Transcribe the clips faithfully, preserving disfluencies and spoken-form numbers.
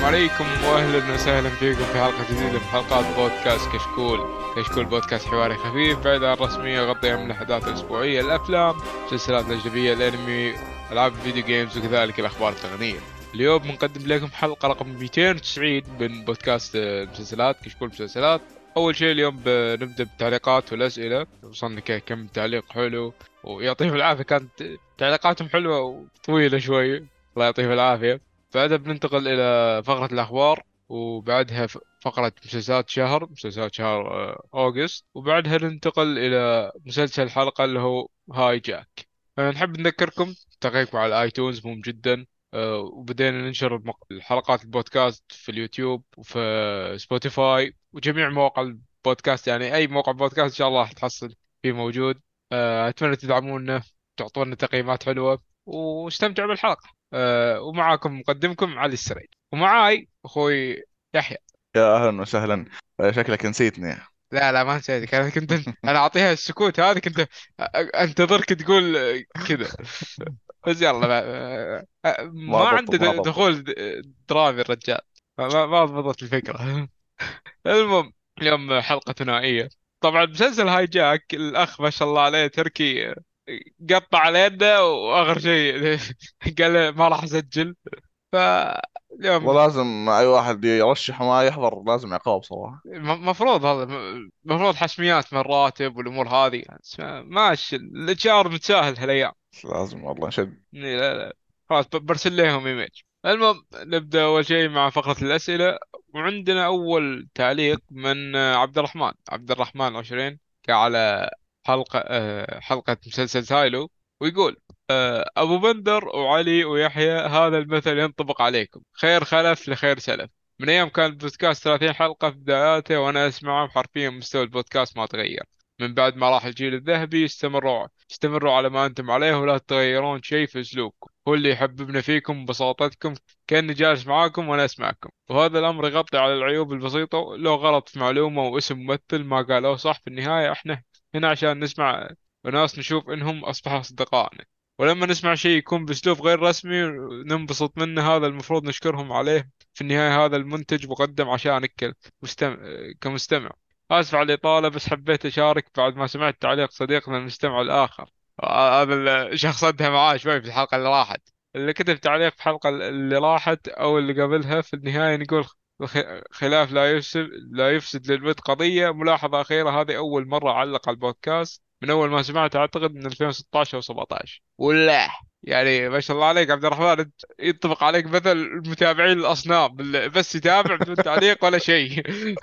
عليكم واهلا وسهلا فيكم في حلقة جديدة من حلقات بودكاست كشكول. كشكول بودكاست حواري خفيف بعيد عن الرسمية، يغطي من الأحداث الأسبوعية، الأفلام، المسلسلات الأجنبية، الأنمي، ألعاب الفيديو جيمز، وكذلك الأخبار التقنية. اليوم بنقدم لكم حلقة رقم مئتين وتسعين من بودكاست مسلسلات كشكول مسلسلات. أول شيء اليوم بنبدأ بالتعليقات والأسئلة. وصلنا كم تعليق حلو ويعطيهم العافية، كانت تعليقاتهم حلوة وطويلة شوي، الله يعطيهم العافية. بعدها بننتقل إلى فقرة الأخبار، وبعدها ف- فقرة مسلسلات شهر مسلسلات شهر آه، أوغست، وبعدها ننتقل إلى مسلسل الحلقة اللي هو هاي جاك. آه، نحب نذكركم تقييمكم على الآيتونز مهم جدا. آه، وبدينا ننشر المق- الحلقات البودكاست في اليوتيوب وفي سبوتيفاي وجميع مواقع البودكاست، يعني أي موقع بودكاست إن شاء الله تحصل فيه موجود. آه، أتمنى تدعمونا، تعطونا تقييمات حلوة، واستمتعوا بالحلقة. أه ومعاكم مقدمكم علي السريج، ومعاي اخوي يحيى. يا اهلا وسهلا. آه، شكلك نسيتني. لا لا، ما نسيتك، انا كنت انا اعطيها السكوت هذه، كنت أ- انتظرك تقول كذا. بس يلا ما, ما ما ضبط عنده ما د- ضبط. دخول د- درامي الرجال. ما ما ما ضبطت الفكره. المهم، اليوم حلقه ثنائيه. طبعا مسلسل هاي جاك، الاخ ما شاء الله عليه تركي قطع علينا، واخر شيء قال ما راح اسجل. فاليوم ولازم اي واحد يرشح وما يحضر لازم عقاب صراحة. مفروض هذا مفروض حشميات من الراتب والامور هذه، بس ماشي الاتش ار متساهل هالايام. لازم والله نشد. إيه، لا لا، خلاص ب- برسل لهم ايميل. المهم نبدا اول شيء مع فقره الاسئله. وعندنا اول تعليق من آه، عبد الرحمن عبد الرحمن عشرين، على حلقه آه، حلقه مسلسل سايلو. ويقول: آه، ابو بندر وعلي ويحيى، هذا المثل ينطبق عليكم: خير خلف لخير سلف. من ايام كان البودكاست ثلاثين حلقه في بداياته وانا اسمعه، حرفيا مستوى البودكاست ما تغير. من بعد ما راح الجيل الذهبي، استمروا استمروا على ما انتم عليه، ولا تغيرون شيء في اسلوبكم. هو اللي يحببنا فيكم ببساطتكم، كأني جالس معاكم وانا اسمعكم. وهذا الامر يغطي على العيوب البسيطه. لو غلط في معلومه واسم ممثل ما قالوه صح، في النهايه احنا هنا عشان نسمع وناس نشوف انهم اصبحوا اصدقائنا. ولما نسمع شيء يكون باسلوب غير رسمي ننبسط منه، هذا المفروض نشكرهم عليه. في النهايه هذا المنتج مقدم عشانك كمستمع كمستمع. آسف على الإطالة، بس حبيت أشارك بعد ما سمعت تعليق صديقنا المستمع الآخر. آه، هذا الشخص أدها معاه شوي في الحلقة اللي راحت، اللي كتب تعليق في الحلقة اللي راحت أو اللي قبلها. في النهاية نقول: خ- خلاف لا يفسد لا يفسد للود قضية. ملاحظة أخيرة: هذه أول مرة أعلق على البودكاست، من أول ما سمعت أعتقد من ألفين وستاشر أو سبعتاشر. ولا يعني ما شاء الله عليك عبد الرحمن، أنت ينطبق عليك مثل المتابعين الأصنام اللي بس يتابع بدون تعليق ولا شيء.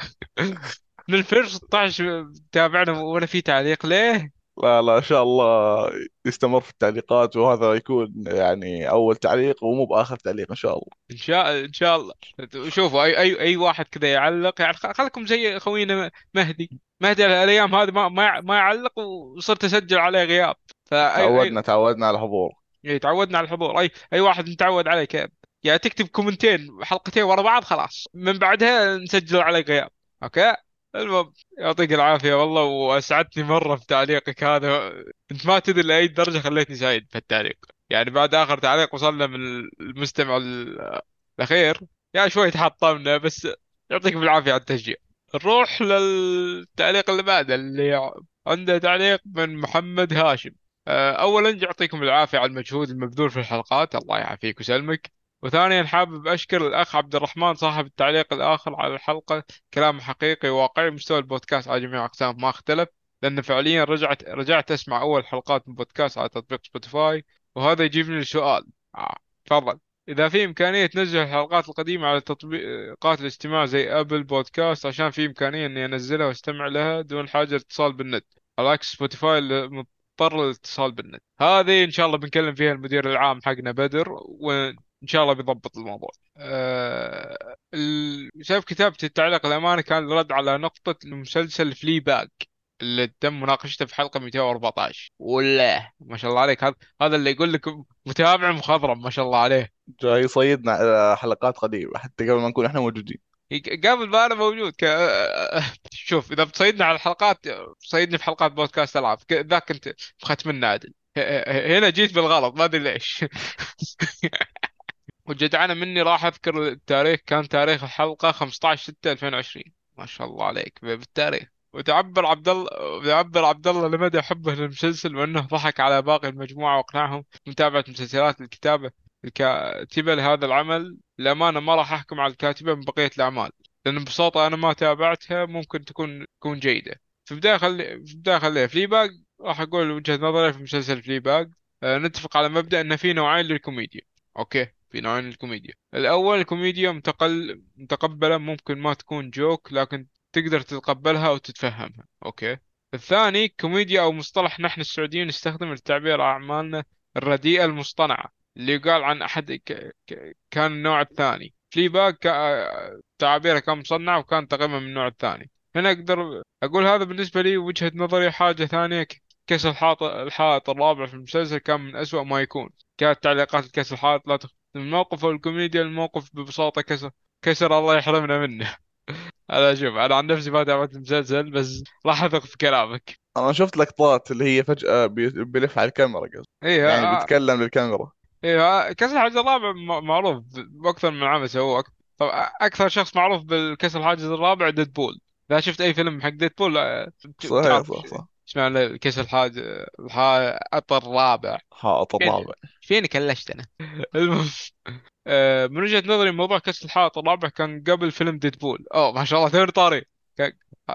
من ألفين وستاشر تابعنا ولا في تعليق ليه؟ لا لا ان شاء الله يستمر في التعليقات، وهذا يكون يعني اول تعليق ومو باخر تعليق ان شاء الله. ان شاء ان شاء الله. شوفوا اي اي اي واحد كذا يعلق، يعني خ- خلكم زي خوينا مهدي. مهدي الايام هذه ما ما ما يعلق، وصرت اسجل عليه غياب. فاي اي تعودنا تعودنا على الحضور. يعني تعودنا على الحضور. اي اي واحد متعود عليه كيف، يعني تكتب كومنتين حلقتين ورا بعض، خلاص من بعدها نسجل عليه غياب. اوكي. المهم، يعطيك العافية والله، وأسعدتني مرة في تعليقك هذا. أنت ما تدري لأي درجة خليتني سعيد في التعليق. يعني بعد آخر تعليق وصلنا من المستمع ال- الأخير، يا شوي تحطمنا، بس يعطيك بالعافية على التشجيع. نروح للتعليق اللي بعده، اللي عنده تعليق من محمد هاشم. آه، أولا يعطيكم العافية على المجهود المبذول في الحلقات، الله يعافيك ويسلمك. وثانيا حابب أشكر الأخ عبد الرحمن صاحب التعليق الآخر على الحلقة. كلام حقيقي واقعي، مستوى البودكاست على جميع أقسام ما اختلف. لأن فعليا رجعت رجعت أسمع أول حلقات من بودكاست على تطبيق سبوتيفاي. وهذا يجيبني لسؤال. آه. تفضل. إذا في إمكانية تنزل الحلقات القديمة على تطبيقات الاستماع زي أبل بودكاست، عشان في إمكانية إني أنزلها واستمع لها دون حاجة اتصال بالنت، على عكس سبوتيفاي اللي مضطر للاتصال بالنت. هذه إن شاء الله بنكلم فيها المدير العام حقنا بدر، وإن شاء الله بيضبط الموضوع. أه... ال- شايف كتابة التعليق الأمانة كان الرد على نقطة مسلسل فلي باك اللي تم مناقشته في حلقة مئتين وأربعتاشر. ولا ما شاء الله عليك، هذا هذا اللي يقول لك متابع مخضرم ما شاء الله عليه. جاي يصيدنا على حلقات قديمة حتى قبل ما نكون احنا موجودين. قبل ما انا موجود ك... شوف، اذا بتصيدنا على الحلقات، صيدني في حلقات بودكاست العاب ك- ذاك انت ختم النادل. ه- ه- هنا جيت بالغلط، ما ادري ليش. وجدعانة مني راح أذكر التاريخ، كان تاريخ الحلقة خمسة عشر ستة ألفين وعشرين. ما شاء الله عليك بالتاريخ. وتعبر عبد الله وتعبر عبد الله لمدى حبه للمسلسل، وأنه ضحك على باقي المجموعة وأقنعهم بمتابعة مسلسلات الكتابة الكاتبة لهذا العمل. للأمانة ما راح أحكم على الكاتبة من بقية الأعمال، لأن ببساطة أنا ما تابعتها، ممكن تكون تكون جيدة. في البداية خلي في البداية خليها فلي باج. راح أقول وجهة نظري في مسلسل فلي باج. أه نتفق على مبدأ أن في نوعين للكوميديا. اوكي، في نوعين الكوميديا. الاول كوميديا متقل متقبلة، ممكن ما تكون جوك لكن تقدر تتقبلها او تتفهمها. اوكي. الثاني كوميديا او مصطلح نحن السعوديين نستخدم لتعبير عن اعمالنا الرديئة المصطنعة، اللي يقال عن احد ك... ك... كان النوع الثاني. فلي باك ك... تعابيره كان مصنع وكان تقريبا من النوع الثاني. هنا اقدر اقول هذا بالنسبة لي وجهة نظري. حاجة ثانية، ك- كسر الحائط الحائط الرابع في المسلسل كان من أسوأ ما يكون. كانت تعليقات الكسر الحائط لا تخ... الموقف او الكوميديا. الموقف ببساطة كسر كسر الله يحرمنا منه. انا شوف، انا عن نفسي ما تابعت المسلسل، بس راح اثق في كلامك. انا شفت لقطات اللي هي فجأة بي- بيلف على الكاميرا قصدي، ايه يعني آه، بيتكلم للكاميرا. ايه كسر الحاجز الرابع م- معروف باكثر من عمل سووه. أك- طب اكثر شخص معروف بالكسر الحاجز الرابع ديدبول. اذا شفت اي فيلم حق ديدبول آه، ت- صحيح، تعرف صح ش- صح. ايش معنى الكسر الحاجز الحائط الرابع. حائط فين الرابع. فيني كلشت انا. المهم، آه، من وجهة نظري موضوع كأس الحائط الرابع كان قبل فيلم ديدبول. اوه ما شاء الله ثير طاري. كان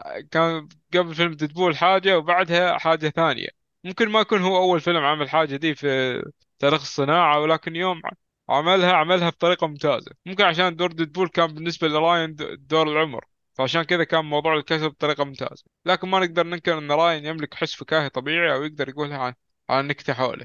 كان قبل فيلم ديدبول حاجة، وبعدها حاجة ثانية. ممكن ما يكون هو أول فيلم عمل حاجة دي في تاريخ الصناعة، ولكن يوم عملها عملها بطريقة ممتازة. ممكن عشان دور ديدبول كان بالنسبة لراين د- دور العمر، فعشان كذا كان موضوع الكسر بطريقة ممتازة. لكن ما نقدر ننكر أن راين يملك حس فكاهي طبيعي، أو يقدر يقولها عن عن نكتة حوله.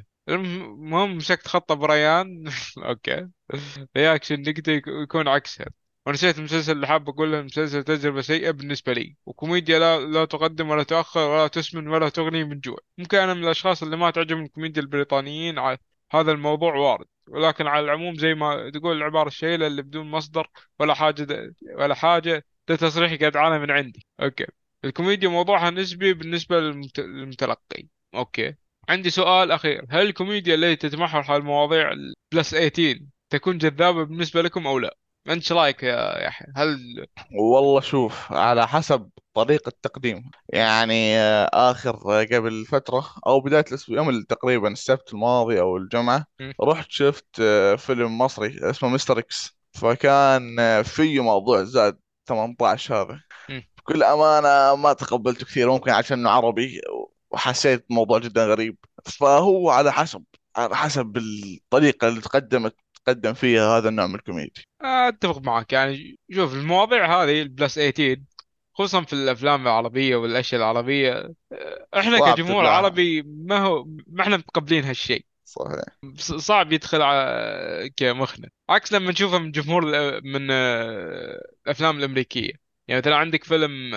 المهم مسكت خطة بريان. اوكي. رياكشن نقدر يك- يكون عكسها. ونسيت المسلسل اللي حاب اقوله. المسلسل تجربة سيئة بالنسبة لي، وكوميديا لا لا تقدم ولا تؤخر ولا تسمن ولا تغني من جوع. ممكن انا من الاشخاص اللي ما تعجبهم الكوميديا البريطانيين. على هذا الموضوع وارد، ولكن على العموم زي ما تقول العبارة الشهيرة اللي بدون مصدر ولا حاجة د- ولا حاجة، ده تصريح جدعانة من عندي. اوكي. الكوميديا موضوعها نسبي بالنسبة للمت- للمتلقي. اوكي. عندي سؤال أخير، هل الكوميديا التي تتمحور حول مواضيع البلس ثمانية عشر تكون جذابة بالنسبة لكم أو لا؟ أنت إيش رأيك يا يحيى؟ هل والله شوف، على حسب طريقة تقديمه. يعني آه، آخر آه، قبل فترة أو بداية الأسبوع، يوم تقريبا السبت الماضي أو الجمعة، مم. رحت شفت آه، فيلم مصري اسمه مستر إكس. فكان آه، فيه موضوع زاد ثمانية عشر هذا. مم. بكل أمانة ما تقبلته كثير، ممكن عشان إنه عربي، وحسيت موضوع جدا غريب. فهو على حسب على حسب الطريقة اللي تقدمت تقدم فيها هذا النوع من الكوميديا. أتفق معك. يعني شوف المواضيع هذه البلس ثمانية عشر، خصوصا في الأفلام العربية والأشياء العربية، آه، إحنا صعب كجمهور تبلعها. عربي ما هو ما إحنا متقبلين هالشيء. صحيح. ص- صعب يدخل ع- كمخنا، عكس لما نشوفه من جمهور الأ- من آه، الافلام الامريكيه. يعني مثلا عندك فيلم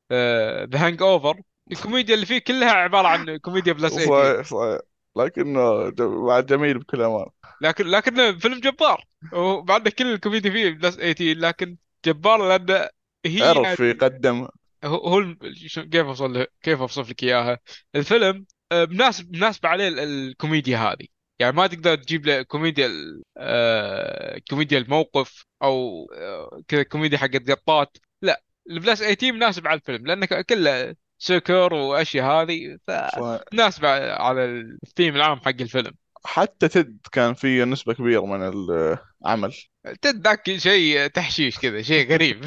ذا هانج اوفر، الكوميديا اللي فيه كلها عباره عن كوميديا بلس ثمانية عشر. صحيح صحيح. لكنه ج- مع جميل بكل أمان. لكن لكن فيلم جبار، وبعد كل الكوميديا فيه بلس ثمانية عشر، لكن جبار لان هي عرف يقدم. هو هو الم- شو- كيف اوصل كيف اوصف لك اياها. الفيلم آه، مناسب مناسب عليه ال- الكوميديا هذه. يعني ما تقدر تجيب له كوميديا ال- آه، كوميديا الموقف، او آه، كذا كوميديا حقت قطات. لا، البلاس ثمانية عشر مناسب على الفيلم لانه ك- كله سكر واشياء هذه، صحيح. فمناسب على الثيم العام حق الفيلم. حتى تد كان فيه نسبة كبيرة من العمل. تذاك شيء تحشيش كذا، شيء غريب.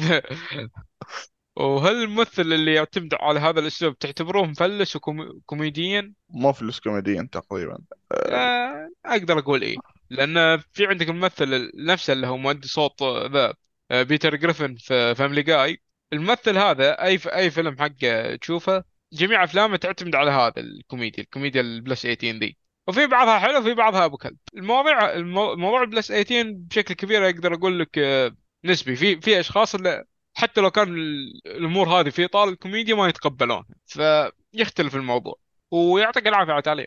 وهل الممثل اللي يعتمد على هذا الاسلوب تعتبروه مفلس وكوميديا؟ ما فلوس كوميديا تقريبا. آه، اقدر اقول ايه. لان في عندك الممثل نفسه اللي هو مؤدي صوت آه، ذا آه، بيتر جريفن في فاميلي جاي. الممثل هذا اي في اي فيلم حقه تشوفه، جميع افلامه تعتمد على هذا الكوميديا الكوميديا البلس ثمانية عشر دي. وفي بعضها حلو وفي بعضها ابو كلب. المواضيع المو- الموضوع البلس ثمانية عشر بشكل كبير اقدر اقول لك آه، نسبي. في في اشخاص اللي حتى لو كان ال- الامور هذه في اطار الكوميديا ما يتقبلونها، فيختلف الموضوع. ويعطيك العافيه على التعليق.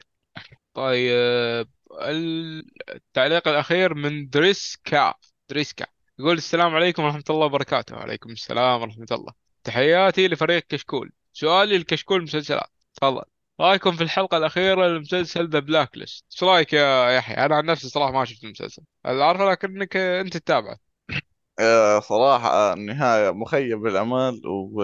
طيب، التعليق الأخير من دريسكا. دريسكا يقول السلام عليكم ورحمة الله وبركاته. وعليكم السلام ورحمة الله. تحياتي لفريق كشكول. سؤالي لكشكول مسلسلات. تفضل. رايكم في الحلقة الأخيرة لمسلسل ذا بلاك ليست؟ ايش رايك يا يحيى؟ أنا عن نفسي صراحة ما شفت المسلسل، اللي عارفه لكنك أنت تتابعه. آه، صراحة آه، النهاية مخيب الأمل،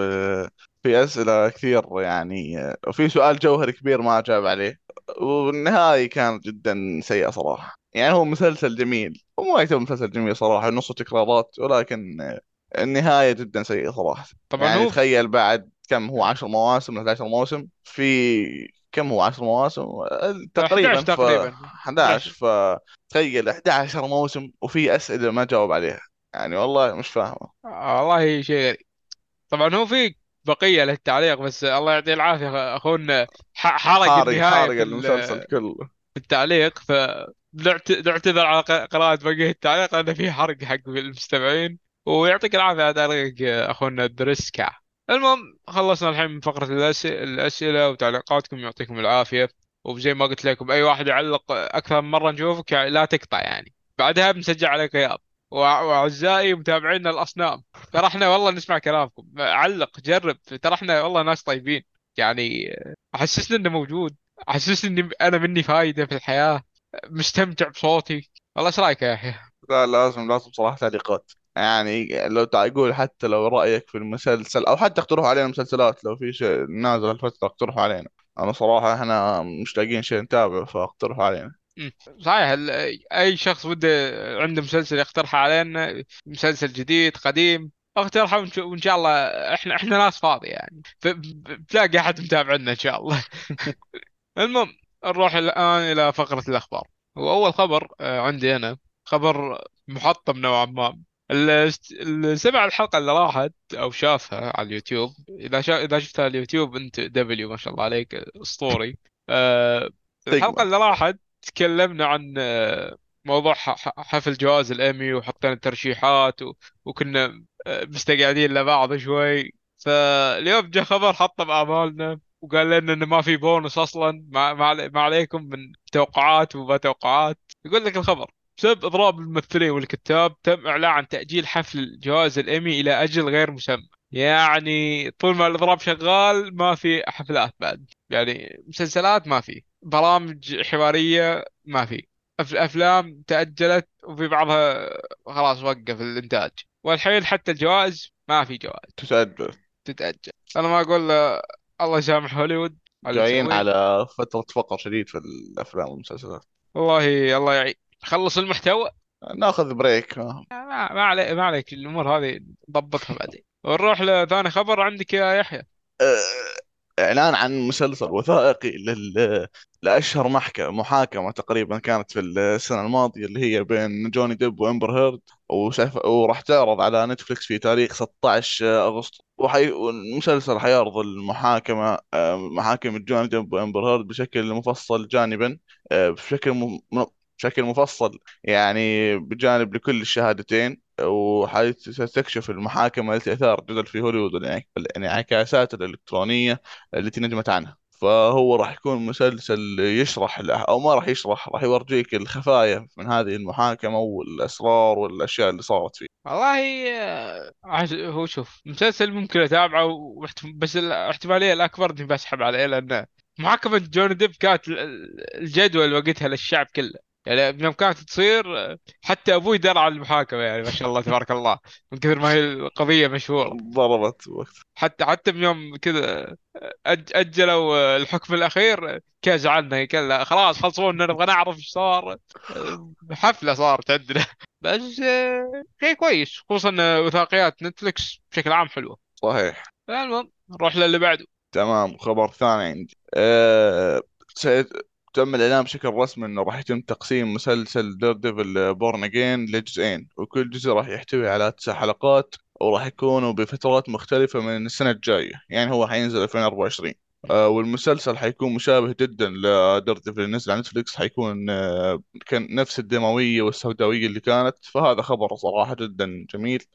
وفي أسئلة كثير يعني، آه، وفي سؤال جوهري كبير ما أجاب عليه. والنهاية كانت جدا سيئة صراحة. يعني هو مسلسل جميل، ومو يعتبر مسلسل جميل صراحة، نصه تكرارات، ولكن آه، النهاية جدا سيئة صراحة. طبعا يعني هو في... تخيل بعد كم هو عشر مواسم ولا عشر موسم في كم هو عشر مواسم آه، تقريبا احد عشر ف تقريبا. احد عشر. احد عشر. فتخيل احد عشر موسم وفي أسئلة ما جاوب عليها. يعني والله مش فاهمه. آه والله شيء غريب. طبعا هو في بقية للتعليق، بس الله يعطيه العافية أخونا ح- حرق حارق النهاية حارق في المسلسل ال- كله. في التعليق. ف نعت- نعتذر على ق- قراءة بقية التعليق لأن في حرق حق المستمعين. ويعطيك العافية على تعليقك يا أخونا دريسكا. المهم خلصنا الحين من فقرة الأس- الأسئلة وتعليقاتكم، يعطيكم العافية. وزي ما قلت لكم، أي واحد يعلق أكثر من مرة نشوفك، يعني لا تقطع يعني، بعدها بنسجل عليك غياب. وأع- وأعزائي متابعينا الأصنام، ترى احنا والله نسمع كلامكم، علق جرب، ترى احنا والله ناس طيبين يعني. أحسسنا إنه موجود، أحسسني إني أنا مني فايدة في الحياة، مستمتع بصوتي. والله ايش رايك يا يحيى؟ لا، لازم لازم صراحة تعليقات. يعني لو تقول حتى لو رأيك في المسلسل، أو حتى اقترحوا علينا مسلسلات لو في شيء نازل الفترة اقترحوا علينا. أنا صراحة إحنا مش لاقيين شيء نتابعه، فاقترحوا علينا. مم. صحيح، ال- اي شخص وده عنده مسلسل يقترحه علينا، مسلسل جديد قديم، اقترحه ونش- وان شاء الله. احنا احنا ناس فاضي يعني، فبتلاقي احد متابعنا ان شاء الله. المهم نروح الان الى فقرة الاخبار. واول خبر آه، عندي انا خبر محطم نوعا ما. اللي است- اللي سمع الحلقة اللي راحت او شافها على اليوتيوب، اذا شا... اذا شفتها على اليوتيوب انت دبليو ما شاء الله عليك اسطوري. أه... الحلقة تقمع. اللي راحت تكلمنا عن آه، موضوع ح- ح- حفل جوائز الإيمي، وحطينا الترشيحات و... وكنا آه، مستقعدين لبعض شوي. فاليوم جاء خبر حطم آمالنا، وقال لنا انه ما في بونص اصلا، ما, ما, علي... ما عليكم من توقعات وما توقعات. يقول لك الخبر: بسبب اضراب الممثلين والكتاب تم اعلان عن تاجيل حفل جوائز الايمي الى اجل غير مسمى. يعني طول ما الاضراب شغال ما في حفلات بعد، يعني مسلسلات ما في، برامج حوارية ما في، أف- أفلام تأجلت وفي بعضها خلاص وقف الإنتاج. والحين حتى الجوائز ما في جوائز، تسجل. تتأجل. أنا ما أقول آه، الله يسامح هوليوود على اللي جايين تسويه. على فترة فقر شديد في الأفلام والمسلسلات. والله الله يعين، خلص المحتوى. ناخذ بريك. ما, ما عليك ما عليك، الأمور هذه نضبطها بعدين. ونروح لثاني خبر عندك يا يحيى. إعلان عن مسلسل وثائقي لل... لأشهر محكمة محاكمة تقريبا كانت في السنة الماضية، اللي هي بين جوني ديب وإمبر هيرد. وسيف... وراح تعرض على نتفلكس في تاريخ ستة عشر أغسطس. وحي... والمسلسل حيعرض المحاكمة، آه، محاكمة جوني ديب وإمبر هيرد بشكل مفصل جانبا، آه، بشكل م... م- بشكل مفصل، يعني بجانب لكل الشهادتين. وحيث ستكشف المحاكمة التي أثارت جدل في هوليوود والانعك- الانعكاسات الإلكترونية التي نجمت عنها. فهو راح يكون مسلسل يشرح الأح- او ما راح يشرح، راح يورجيك الخفايا من هذه المحاكمة والاسرار والاشياء اللي صارت فيه. والله آه، عش- هو شوف مسلسل ممكن اتابعه، واحت- بس الاحتماليه الاكبر اني بسحب عليه، لان محاكمه جون ديب كانت ال- ال- الجدول وقتها للشعب كله. يعني يوم كانت تصير آه، حتى ابوي درى عن المحاكمه، يعني ما شاء الله تبارك الله، من كثر ما هي القضيه مشهوره. ضربت وقت. حتى حتى من يوم كذا أج أجلوا الحكم الأخير، كذا زعلنا، قال خلاص خلصونا نبغى نعرف ايش صار. حفلة صارت عندنا. بس آه، شيء كويس، خصوصا إن وثائقيات نتفلكس بشكل عام حلوة. صحيح. المهم نروح للي بعده. تمام. خبر ثاني عندي. أه... سيد... تم الإعلان بشكل رسمي إنه راح يتم تقسيم مسلسل دير ديفل بورن أجين لجزئين، وكل جزء راح يحتوي على تسع حلقات، وراح يكونوا بفترات مختلفة من السنة الجاية. يعني هو حينزل ألفين وأربعة وعشرين. آه والمسلسل حيكون مشابه جدا لدير ديفل اللي نزل على نتفليكس. حيكون آه كان نفس الدموية والسوداوية اللي كانت. فهذا خبر صراحة جدا جميل.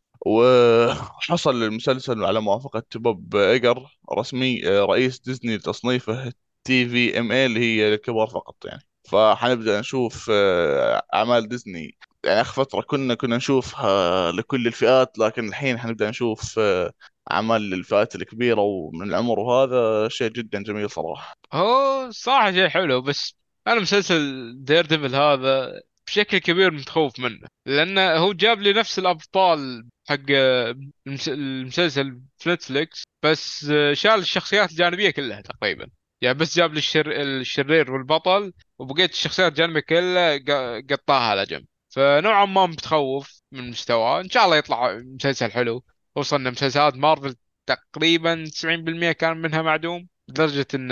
وحصل المسلسل على موافقة بوب إيجر رسمي، آه، رئيس ديزني، لتصنيفه تي في ام اي، اللي هي للكبار فقط يعني. فحنبدأ نشوف آه، أعمال ديزني. يعني آخر فترة كنا كنا نشوفها لكل الفئات، لكن الحين حنبدأ نشوف آه، أعمال للفئات الكبيرة ومن العمر، وهذا شيء جدا جميل صراحة. هو صراحة شيء حلو، بس أنا مسلسل دير ديفل هذا بشكل كبير متخوف منه، لأنه هو جاب لي نفس الأبطال حق المس- المسلسل في نتفليكس، بس شال الشخصيات الجانبية كلها تقريبا. يعني بس جاب لي الشر... الشرير والبطل، وبقيت الشخصيات الجانبية كلها ق- قطاها على جنب. فنوعا ما متخوف من مستواه. إن شاء الله يطلع مسلسل حلو. وصلنا مسلسلات مارفل تقريبا تسعين بالمئة كان منها معدوم، لدرجة ان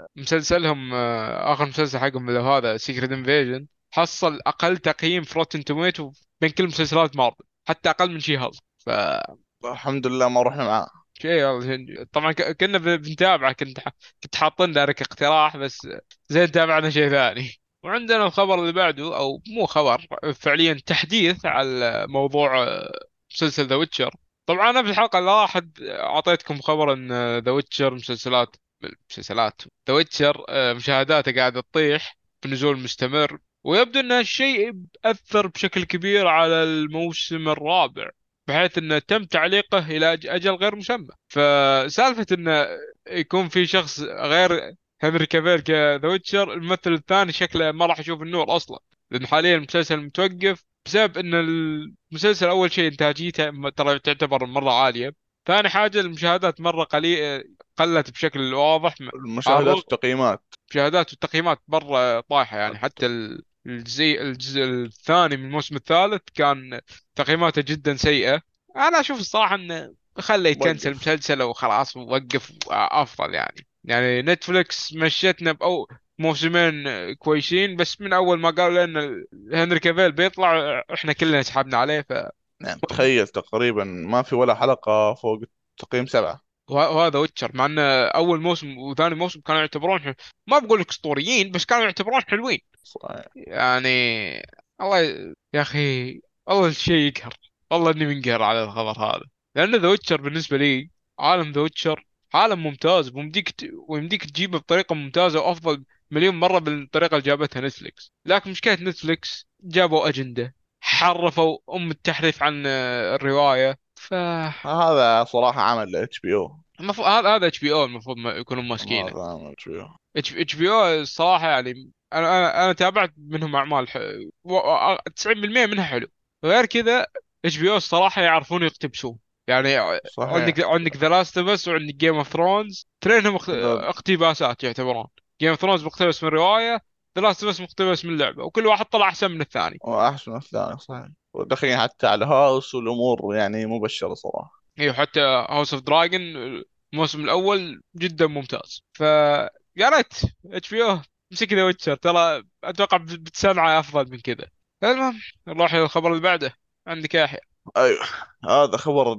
مسلسلهم آه، اخر مسلسل حقهم اللي هو هذا سيكريت انفيجن حصل اقل تقييم في روتن توميتو بين كل مسلسلات مارفل، حتى اقل من شي هاز. ف الحمد لله ما رحنا معاه. شيء والله- طبعا ك- كنا ب- بنتابعه. كنت ح- كنت حاطين لك اقتراح، بس زين تابعنا شيء ثاني. وعندنا الخبر اللي بعده، او مو خبر، فعليا تحديث على موضوع آه، مسلسل ذا ويتشر. طبعا انا في الحلقه اللي راحت اعطيتكم خبر ان ذا ويتشر مسلسلات مسلسلات ذا ويتشر مشاهداته قاعده تطيح بنزول مستمر، ويبدو ان هالشيء اثر بشكل كبير على الموسم الرابع، بحيث انه تم تعليقه الى أج- اجل غير مسمى. فسالفه انه يكون في شخص غير هنري كافيل كذا ويتشر، الممثل الثاني شكله ما راح يشوف النور اصلا، لان حاليا المسلسل متوقف بسبب ان المسلسل اول شيء انتاجيته م- ترى تعتبر مره عاليه. ثاني حاجه المشاهدات مره قليل، قلت بشكل واضح. م- على المشاهدات الرغم والتقييمات. المشاهدات والتقييمات مره طايحه، يعني حتى ال- الجزء الجزء الثاني من الموسم الثالث كان تقييماته جدا سيئه. انا اشوف الصراحه انه خليه يكنسل وقف. المسلسل وخلاص، ووقف افضل. يعني يعني نتفليكس مشيتنا بأو موسمين كويسين، بس من اول ما قالوا لنا هنري كافيل بيطلع احنا كلنا سحبنا عليه. ف يعني تخيل تقريبا ما في ولا حلقة فوق تقييم سبعة. وه- وهذا ويتشر، مع انه اول موسم وثاني موسم كانوا يعتبرون حل... ما بقول لك اسطوريين، بس كانوا يعتبرون حلوين صحيح. يعني. الله ي... يا اخي، والله الشيء يقهر. والله اني منقهر على الخبر هذا، لان ذا ويتشر بالنسبه لي، عالم ذا ويتشر عالم ممتاز، ويمديك ت... ويمديك تجيبه بطريقه ممتازه وافضل مليون مره بالطريقه اللي جابتها نتفليكس. لكن مشكله نتفليكس جابوا اجنده، حرفوا ام التحريف عن آه، الروايه. ف هذا صراحة عمل اتش بي او. المفروض هذا هذا اتش بي او المفروض ما يكونوا ماسكينه. هذا عمل اتش بي او. اتش اتش بي او الصراحه يعني، انا انا انا تابعت منهم اعمال ح... و- و- تسعين بالمئة منها حلو. غير كذا اتش بي او الصراحه يعرفون يقتبسون. يعني عندك صحيح. عندك ذا لاست اوف اس وعندك جيم اوف ثرونز، ترينهم اخت... ذا اقتباسات يعتبرون. جيم اوف ثرونز مقتبس من روايه، ذا لاست اوف اس مقتبس من لعبه، وكل واحد طلع احسن من الثاني. وأحسن من الثاني صحيح. ودخلين حتى على هاوس والأمور يعني مبشرة صراحة. ايوه، حتى هاوس اوف دراجون الموسم الاول جدا ممتاز. ف يا ريت اتش بي او مسك ذا ويتشر، ترى اتوقع بت- بتسمعه افضل من كذا. المهم نروح للخبر اللي بعده. عندك يا يحيى؟ أيوه. هذا خبر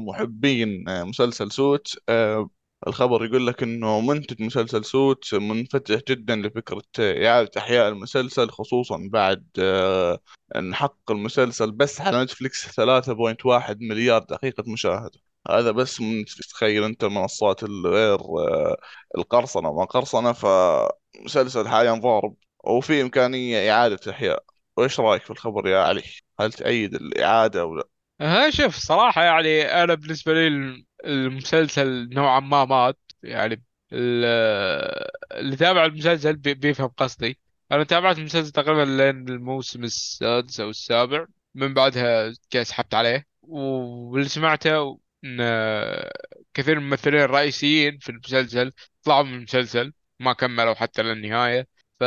لمحبين مسلسل سوت. آه، الخبر يقول لك انه منتج مسلسل سوت منفتح جدا لفكرة إعادة إحياء المسلسل، خصوصا بعد آه، ان حقق المسلسل بس على نتفليكس ثلاثة فاصلة واحد مليار دقيقة مشاهدة. هذا بس من نتفليكس. تخيل انت المنصات الغير آه، القرصنة ما قرصنة، فمسلسل حاليا ضارب وفي إمكانية إعادة إحياء. وإيش رأيك في الخبر يا علي؟ هل تأيد الإعادة أو لا؟ ها شوف، صراحة يعني أنا بالنسبة لي الم- المسلسل نوعا ما مات يعني. ال- اللي تابع المسلسل بي- بيفهم قصدي. أنا تابعت المسلسل تقريبا لين الموسم السادس أو السابع، من بعدها جا سحبت عليه. واللي سمعته إن كثير من الممثلين الرئيسيين في المسلسل طلعوا من المسلسل، ما كملوا حتى للنهاية.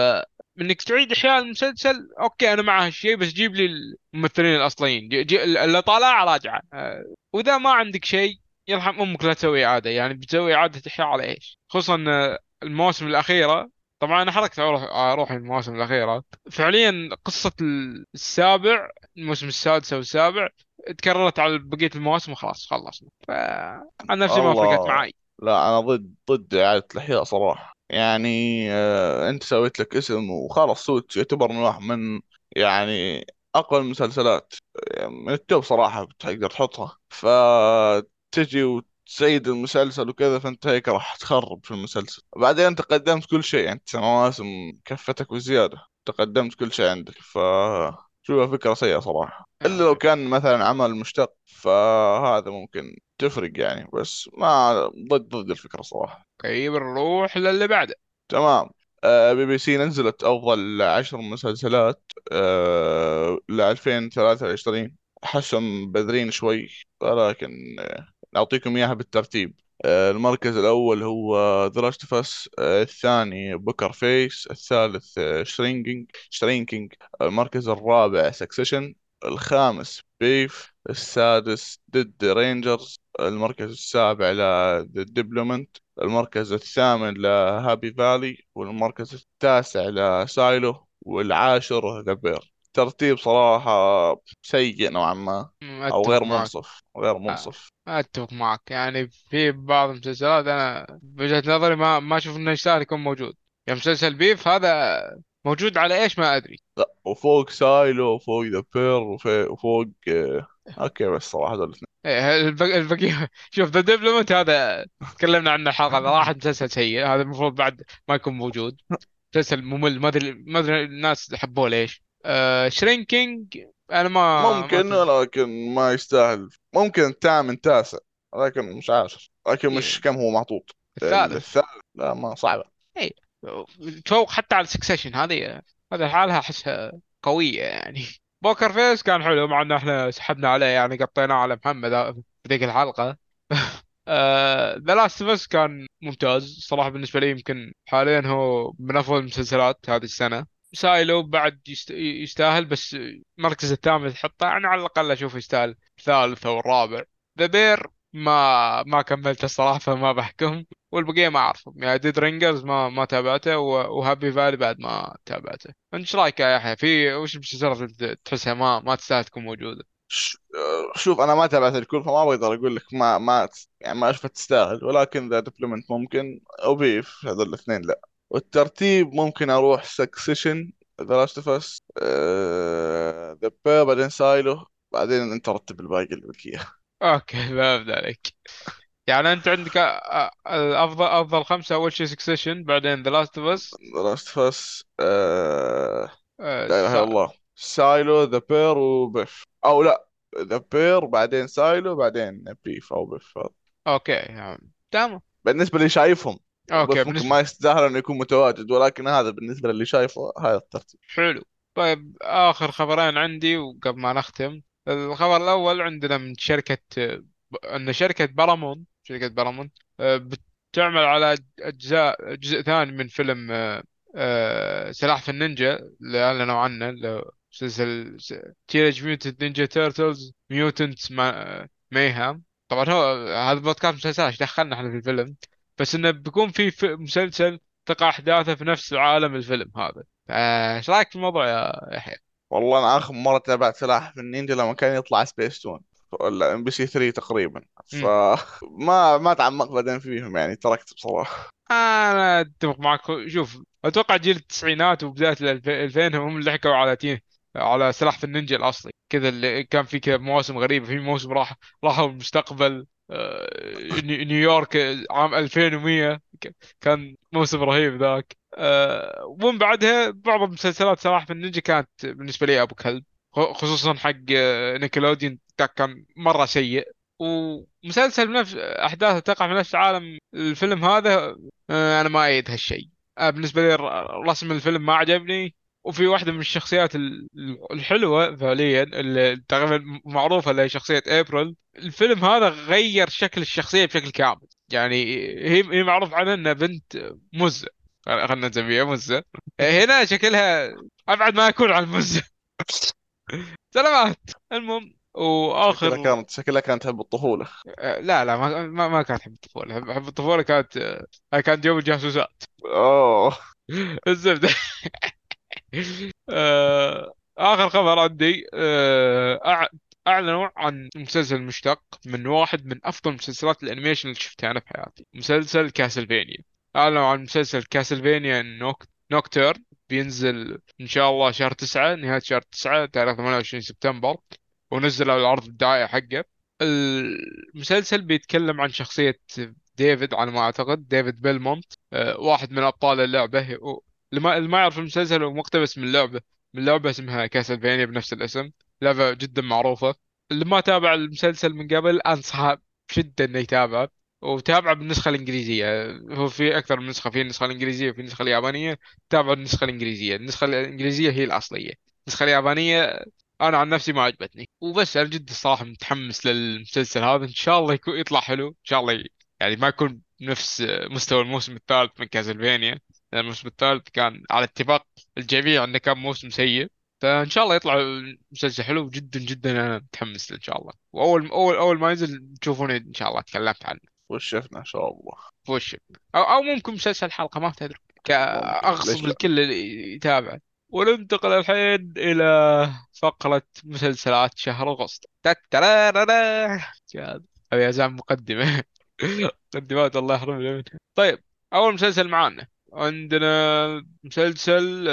فإنك تعيد إحياء المسلسل أوكي، أنا مع هالشيء، بس جيب لي الممثلين الاصليين. جي جي اللي طالع راجعه. أه، واذا ما عندك شيء يرحم امك لا تسوي اعاده. يعني بتسوي اعاده احياء على ايش؟ خصوصا آه، المواسم الاخيره. طبعا انا حركت اروح اروح المواسم الاخيره. فعليا قصه السابع، الموسم السادس او السابع، تكررت على بقيه المواسم وخلاص خلصنا. فعن نفسي ما فرقت والله معي. لا، أنا ضد ضد إعادة الإحياء صراحة. يعني آه، أنت سويت لك اسم وخلاص. سوت يعتبر من واحد من يعني أقوى المسلسلات، يعني من التوب صراحة بتقدر تحطها. فتجي وتسيد المسلسل وكذا، فأنت هيك راح تخرب في المسلسل. بعدين أنت قدمت كل شيء، يعني أنت مواسم كفتك وزيادة، تقدمت كل شيء عندك. ف شوفها فكرة سيئة صراحة، إلا لو اوكي. كان مثلا عمل مشتق فهذا ممكن تفرق يعني، بس ما ضد ضد الفكرة صراحة. اوكي بنروح للي بعده. تمام. آه، بي بي سي نزلت أفضل عشر مسلسلات آه ل ألفين وثلاثة وعشرين. أحسهم بذرين شوي، ولكن آه نعطيكم إياها بالترتيب. آه المركز الأول هو ذا لاست اوف اس، الثاني بوكر فيس، الثالث شرينكينج شرينكينج، المركز الرابع سكسيشن، الخامس بيف، السادس ديد رينجرز، المركز السابع ل ديبلومنت، المركز الثامن لهابي فالي، والمركز التاسع لسايلو، والعاشر لبير. ترتيب صراحة سيء نوعا ما، ما أو اتفق غير معك. منصف غير آه، منصف. ما اتفق معك، يعني في بعض المسلسلات انا بوجهة نظري ما ما اشوف انه يستاهل يكون موجود. يعني مسلسل بيف هذا موجود على ايش ما ادري. لا، وفوق سايلو وفوق ذا بير وفي- وفوق آه، اوكي، بس صراحة هذول الاثنين. إيه، البق- البقية شوف ذا ديفلوبمنت هذا تكلمنا عنه الحلقة، هذا راح مسلسل سيء، هذا المفروض بعد ما يكون موجود. مسلسل ممل، ما ادري ما ادري الناس حبوه ليش. آه شرينكينج انا ما ما ممكن، في. ولكن ما يستاهل. ممكن الثامن تاسع، لكن مش عاشر، لكن مش إيه، كم هو محطوط. الثالث. الثالث لا، ما صعبة. اي، تفوق حتى على سكسيشن، هذه هذه لحالها احسها قوية يعني. بوكر فيس كان حلو، مع ان احنا سحبنا عليه يعني، قطيناه على محمد في ذيك الحلقة. ذا لاست اوف اس كان ممتاز صراحة بالنسبة لي، يمكن حاليا هو من افضل المسلسلات هذه السنة. سايلو بعد يست... يستاهل، بس المركز الثامن تحطه يعني، على الاقل اشوفه يستاهل الثالث او الرابع. ذا بير ما ما كملت الصراحة فما بحكم. والبقية ما أعرفهم يعني، ديد رينجرز ما ما تابعته، و- وهابي فالي بعد ما تابعته. أنت إيش رأيك يا يحيى في وش المسلسلات اللي تحسها ما ما تستاهل تكون موجودة؟ ش- آه، شوف، انا ما تابعت الكل فما بقدر اقول لك ما ما يعني ما اشوفها تستاهل، ولكن ذا ديفلوبمنت ممكن، او بيف، هذول الاثنين لا. والترتيب ممكن اروح سكسيشن، ذا لاست اوف اس، ذا بير، بعدين سايلو، بعدين انت رتب الباقي اللي بك اياه. أوكي فهمت عليك. يعني أنت عندك أ- أ- الأفضل أفضل خمسة، أول شيء سكسيشن، بعدين ذا لاست أوف أس. ذا لاست اوف اس، لا اله الا الله، سايلو، ذا بير، وبيف، او لا، ذا بير بعدين سايلو بعدين بيف او بيف. أوكي يعني تمام. بالنسبة اللي شايفهم، أوكي وبس ممكن بالنسبة. ما يستاهل انه يكون متواجد، ولكن هذا بالنسبة للي شايفه هذا الترتيب. حلو. طيب آخر خبرين عندي وقبل ما نختم. الخبر الأول عندنا من شركة، أن شركة بارامون شركة بارامون آه، بتعمل على أجزاء جزء ثاني من فيلم آه، آه، سلاحف في النينجا اللي أعلنوا عنه، اللي هو مسلسل تيريج ميوتنت نينجا تيرتلز ميوتنت ميهام. طبعا هو هذا بودكاست مسلسل، ايش دخلنا احنا في الفيلم؟ بس انه بيكون في في مسلسل تقع احداثه في نفس عالم الفيلم هذا. آه، ايش رايك في الموضوع يا يحيى؟ والله انا اخر مرة تابعت سلاحف في النينجا لما كان يطلع سبيس تون، ولا ام بي سي ثلاثة تقريبا، فما ما تعمقت بعدين فيهم يعني، تركت بصراحة. انا اتفق معك. شوف اتوقع جيل التسعينات وبدايه الألفين هم اللي حكوا على تين على سلاح في النينجا الاصلي كذا، اللي كان في كذا مواسم غريبه. في موسم راح راحوا المستقبل، آه، ني- نيويورك عام ألفين ومية، ك- كان موسم رهيب ذاك. آه، ومن بعدها بعض المسلسلات صراحه في النينجا كانت بالنسبه لي ابو كلب، خ- خصوصا حق آه، نيكلوديون ذاك كان مره سيء. ومسلسل بنفس احداثه تقع في نفس عالم الفيلم هذا، آه، انا ما ايد هالشيء. آه، بالنسبه لي ر- رسم الفيلم ما عجبني. وفي واحدة من الشخصيات ال- الحلوة فعليا اللي تقريبا معروفة اللي هي شخصية ابريل، الفيلم هذا غير شكل الشخصية بشكل كامل يعني. هي هي معروف عنها انها بنت مزة، خلينا نسميها مزة. هنا شكلها ابعد ما يكون عن مزة. سلامات. المهم شكلها واخر. كانت شكلها كانت تحب الطفولة. آه، لا لا ما ما, ما كانت حب الطفولة. حب حب الطفولة كانت آه، كانت جو الجاسوسات. اوه. الزبدة. آه، آخر خبر عندي، آه، أع- أعلنوا عن مسلسل مشتق من واحد من أفضل مسلسلات الأنيميشن اللي شفتها أنا في حياتي، مسلسل كاسلفينيا. أعلنوا عن مسلسل كاسلفينيا نوك نوكتيرن، بينزل إن شاء الله شهر تسعة، نهاية شهر تسعة تاريخ ثمانية وعشرين سبتمبر. ونزلوا العرض الدعائي حقه. المسلسل بيتكلم عن شخصية ديفيد، على ما أعتقد ديفيد بيلمونت، آه، واحد من أبطال اللعبة. اللي ما اللي ما يعرف المسلسل هو مقتبس من اللعبة من لعبة اسمها كاسلفينيا بنفس الاسم، لعبة جدا معروفة. اللي ما تابع المسلسل من قبل أنصحه بشدة إنه يتابعه، وتابعه بالنسخة الإنجليزية. هو في أكثر من نسخة، في النسخة الإنجليزية وفي النسخة اليابانية. تابعوا النسخة الإنجليزية. النسخة الإنجليزية هي الأصلية. النسخة اليابانية أنا عن نفسي ما عجبتني. وبس أنا جد الصراحة متحمس للمسلسل هذا، إن شاء الله يكون يطلع حلو إن شاء الله. ي- يعني ما يكون نفس مستوى الموسم الثالث من كازلفينيا، لأن الموسم الثالث كان على اتفاق الجميع انه كان موسم سيء. فان شاء الله يطلع مسلسل حلو جدا جدا، انا متحمس له ان شاء الله. واول اول اول ما ينزل تشوفوني ان شاء الله تكلمت عنه وشفنا ان شاء الله. في وش. او او ممكن مسلسل حلقة ما تدري، ممكن، كاغصب ليش لا. الكل اللي يتابع. وننتقل الحين الى فقرة مسلسلات شهر اغسطس. تترارارا. هذه يا زلمة مقدمة. مقدمات الله يحرمنا منها. طيب، اول مسلسل معانا عندنا مسلسل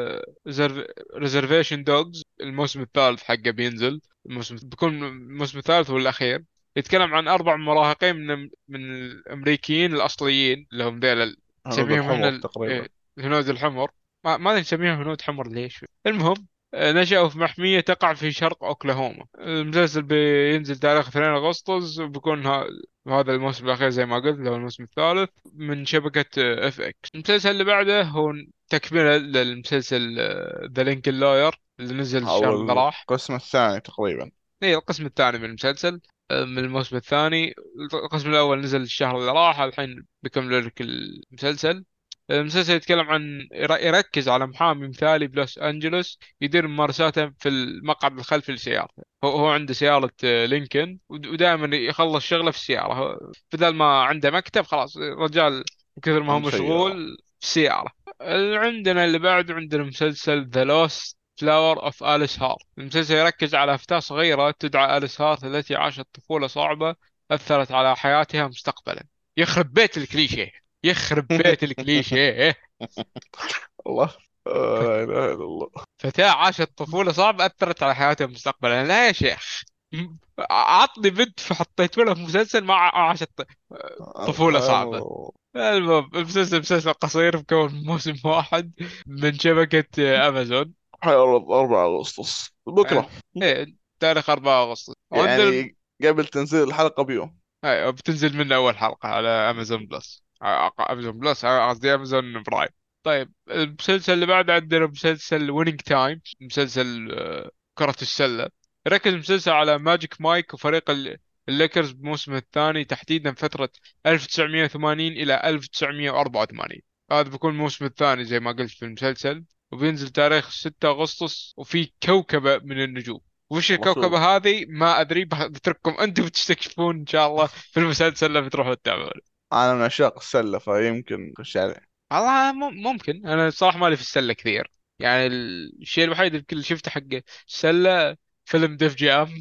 ريزرفيشن دوجز. الموسم الثالث حقه بينزل. الموسم بيكون الموسم الثالث والاخير. يتكلم عن اربع مراهقين من من الامريكيين الاصليين، اللي هم ذيل هنود نسميهم احنا الحمر ال- تقريبا. إيه، الهنود الحمر. ما ما ادري نسميهم هنود حمر ليش. المهم، آه، نشأوا في محمية تقع في شرق أوكلاهوما. المسلسل بينزل تاريخ اثنين أغسطس، وبيكون ها- هذا الموسم الأخير زي ما قلت اللي هو الموسم الثالث من شبكة اف اكس. المسلسل اللي بعده هو تكملة للمسلسل ذا لينكن لوير اللي نزل الشهر او اللي راح. القسم الثاني تقريبا. ايه، القسم الثاني من المسلسل، آه، من الموسم الثاني. القسم الأول نزل الشهر اللي راح، الحين بيكمل لك المسلسل. المسلسل يتكلم عن ير- يركز على محامي مثالي بلوس أنجلوس يدير ممارساته في المقعد الخلفي لسيارته. هو هو عنده سيارة آه، لينكن، ودائما يخلص شغله في السيارة. هو بدل ما عنده مكتب، خلاص رجال من كثر ما هو عنده سيارة. مشغول في السيارة. عندنا اللي بعده، عندنا مسلسل ذا لوست فلاور اوف آليس هارت. المسلسل يركز على فتاة صغيرة تدعى آليس هارت، التي عاشت طفولة صعبة أثرت على حياتها مستقبلا. يخرب بيت الكليشيه، يخرب بيت الكليشيه. الله. آه، لا اله الا الله. فتاة عاشت طفولة صعبة أثرت على حياتها مستقبلا. لا يا شيخ، عطني بنت فحطيت لها في مسلسل ما عاشت طفولة صعبة. أنا- المهم، المسلسل مسلسل قصير مكون من موسم واحد من شبكة أمازون. حيعرض أربعة أغسطس بكرة. إيه، تاريخ أربعة أغسطس. وعندنا يعني قبل تنزيل الحلقة بيوم. أيوة، بتنزل من أول حلقة على أمازون بلس. أمازون بلس قصدي أمازون برايم. طيب، المسلسل اللي بعده عندنا مسلسل ويننج تايم. مسلسل آه، كرة السلة. يركز المسلسل على ماجيك مايك وفريق ال- الليكرز بموسم الثاني، تحديدا فترة ألف وتسعمية وثمانين إلى ألف وتسعمية وأربعة وثمانين. هذا بيكون الموسم الثاني زي ما قلت في المسلسل. وبينزل تاريخ ستة أغسطس، وفي كوكبة من النجوم. وش المفروض. الكوكبة هذه ما أدري، بح- بترككم أنتم بتستكشفون إن شاء الله في المسلسل اللي بتروحوا تتابعون. أنا من عشاق السلة فيمكن خش عليه. والله مم- ممكن. أنا الصراحة مالي في السلة كثير. يعني الشيء الوحيد اللي كل شفته حق السلة فيلم ديف جام.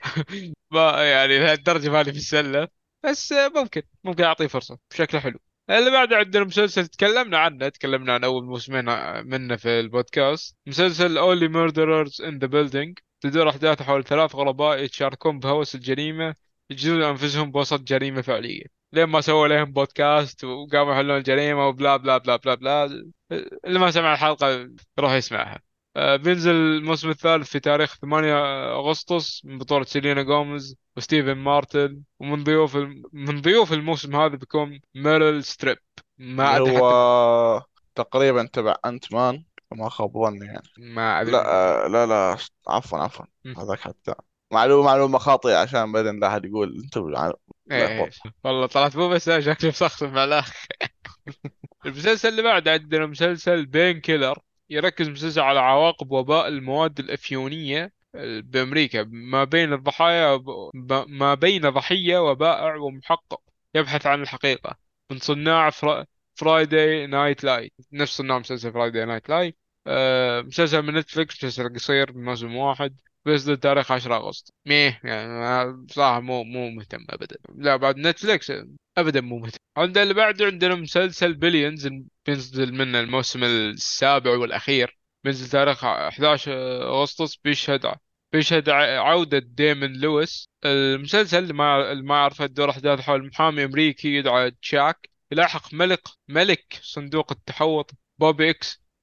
ما يعني لهالدرجة مالي في السلة. بس ممكن ممكن أعطيه فرصة بشكل حلو. اللي بعده عندنا مسلسل تكلمنا عنه، تكلمنا عن أول موسمين منه في البودكاست. مسلسل Only Murderers in the Building. تدور أحداثه حول ثلاث غرباء يتشاركون بهوس الجريمة، يجدون أنفسهم بوسط جريمة فعلية، لين ما سووا لهم بودكاست وقاموا يحلون الجريمة وبلا بلا بلا بلا بلا. اللي ما سمع الحلقة يروح يسمعها. آه، بينزل الموسم الثالث في تاريخ ثمانية أغسطس من بطولة سيلينا جوميز وستيفن مارتن. ومن ضيوف الم... من ضيوف الموسم هذا بيكون ميريل ستريب. ما اللي أدري هو حتى. تقريبا تبع أنت مان، ما خاب ظني يعني. ما أدري. لا. آه، لا لا، عفوا عفوا. م. هذاك حتى معلومة معلومة خاطئة عشان بعدين لا أحد يقول أنت بع- إيه، لخبط. والله طلعت مو بس أنا شكلي مسخسف مع الأخ. المسلسل اللي بعده عندنا مسلسل بين كيلر. يركز المسلسل على عواقب وباء المواد الأفيونية بأمريكا، ما بين الضحايا وب... ب- ما بين ضحية وبائع ومحقق يبحث عن الحقيقة، من صناع فرا... فرايداي نايت لايت. نفس صناع مسلسل فرايداي نايت لايت. آه مسلسل من نتفليكس، مسلسل قصير بموسم واحد. بيصدر تاريخ عشرة أغسطس. ميه يعني أنا بصراحة مو مو مهتم أبدا. لا، بعد نتفليكس أبدا مو مهتم. عندنا اللي بعده عندنا مسلسل بليونز. بينزل منه الموسم السابع والأخير. بينزل تاريخ أحد عشر أغسطس. بيشهد بيشهد ع- عودة ديمون لويس. المسلسل اللي ما اللي ما يعرفه، تدور أحداث حول محامي أمريكي يدعى تشاك، يلاحق ملك ملك صندوق التحوط بوبي إكس